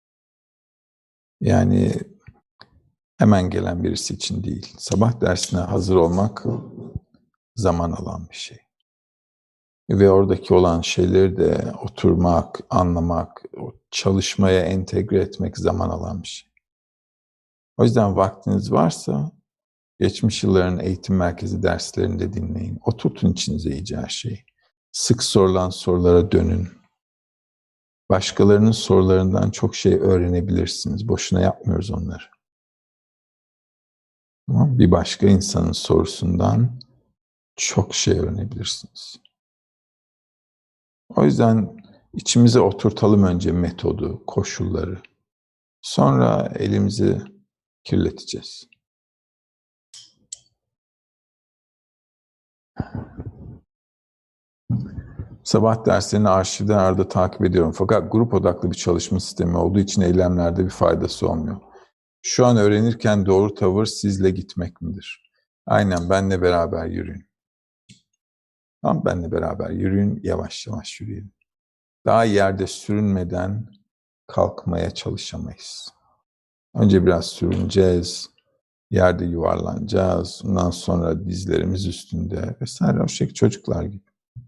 Yani hemen gelen birisi için değil. Sabah dersine hazır olmak zaman alan bir şey. Ve oradaki olan şeyleri de oturmak, anlamak, çalışmaya entegre etmek zaman alan bir şey. O yüzden vaktiniz varsa geçmiş yılların eğitim merkezi derslerini de dinleyin. Oturtun içinize iyice her şeyi. Sık sorulan sorulara dönün. Başkalarının sorularından çok şey öğrenebilirsiniz. Boşuna yapmıyoruz onları. Ama bir başka insanın sorusundan çok şey öğrenebilirsiniz. O yüzden içimize oturtalım önce metodu, koşulları. Sonra elimizi kirleteceğiz. Sabah derslerini arşivden arada takip ediyorum. Fakat grup odaklı bir çalışma sistemi olduğu için eylemlerde bir faydası olmuyor. Şu an öğrenirken doğru tavır sizle gitmek midir? Aynen, benle beraber yürüyün. Tamam, benle beraber yürüyün, yavaş yavaş yürüyelim. Daha yerde sürünmeden kalkmaya çalışamayız. Önce biraz sürüneceğiz, yerde yuvarlanacağız, ondan sonra dizlerimiz üstünde vesaire, o şekilde çocuklar gibi.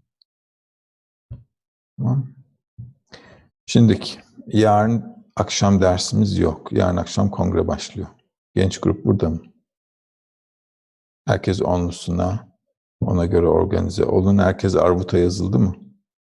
Tamam. Şimdiki, yarın akşam dersimiz yok. Yarın akşam kongre başlıyor. Genç grup burada mı? Herkes onlusuna, ona göre organize olun. Herkes arvuta yazıldı mı?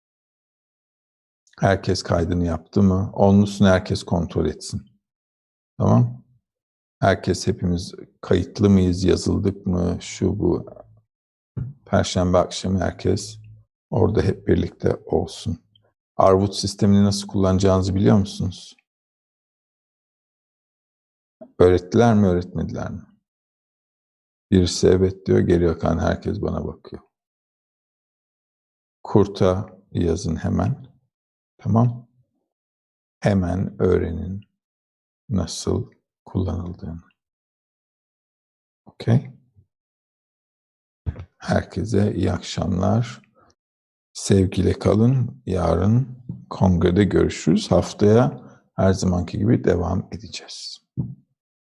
Herkes kaydını yaptı mı? Onlusunu herkes kontrol etsin. Tamam. Hepimiz kayıtlı mıyız, yazıldık mı, şu bu. Perşembe akşamı herkes orada hep birlikte olsun. Arvut sistemini nasıl kullanacağınızı biliyor musunuz? Öğrettiler mi, öğretmediler mi? Birisi evet diyor, geri kalan herkes bana bakıyor. Kurta yazın hemen. Tamam. Hemen öğrenin nasıl kullanıldığını. Okey. Herkese iyi akşamlar. Sevgiyle kalın. Yarın kongrede görüşürüz. Haftaya her zamanki gibi devam edeceğiz.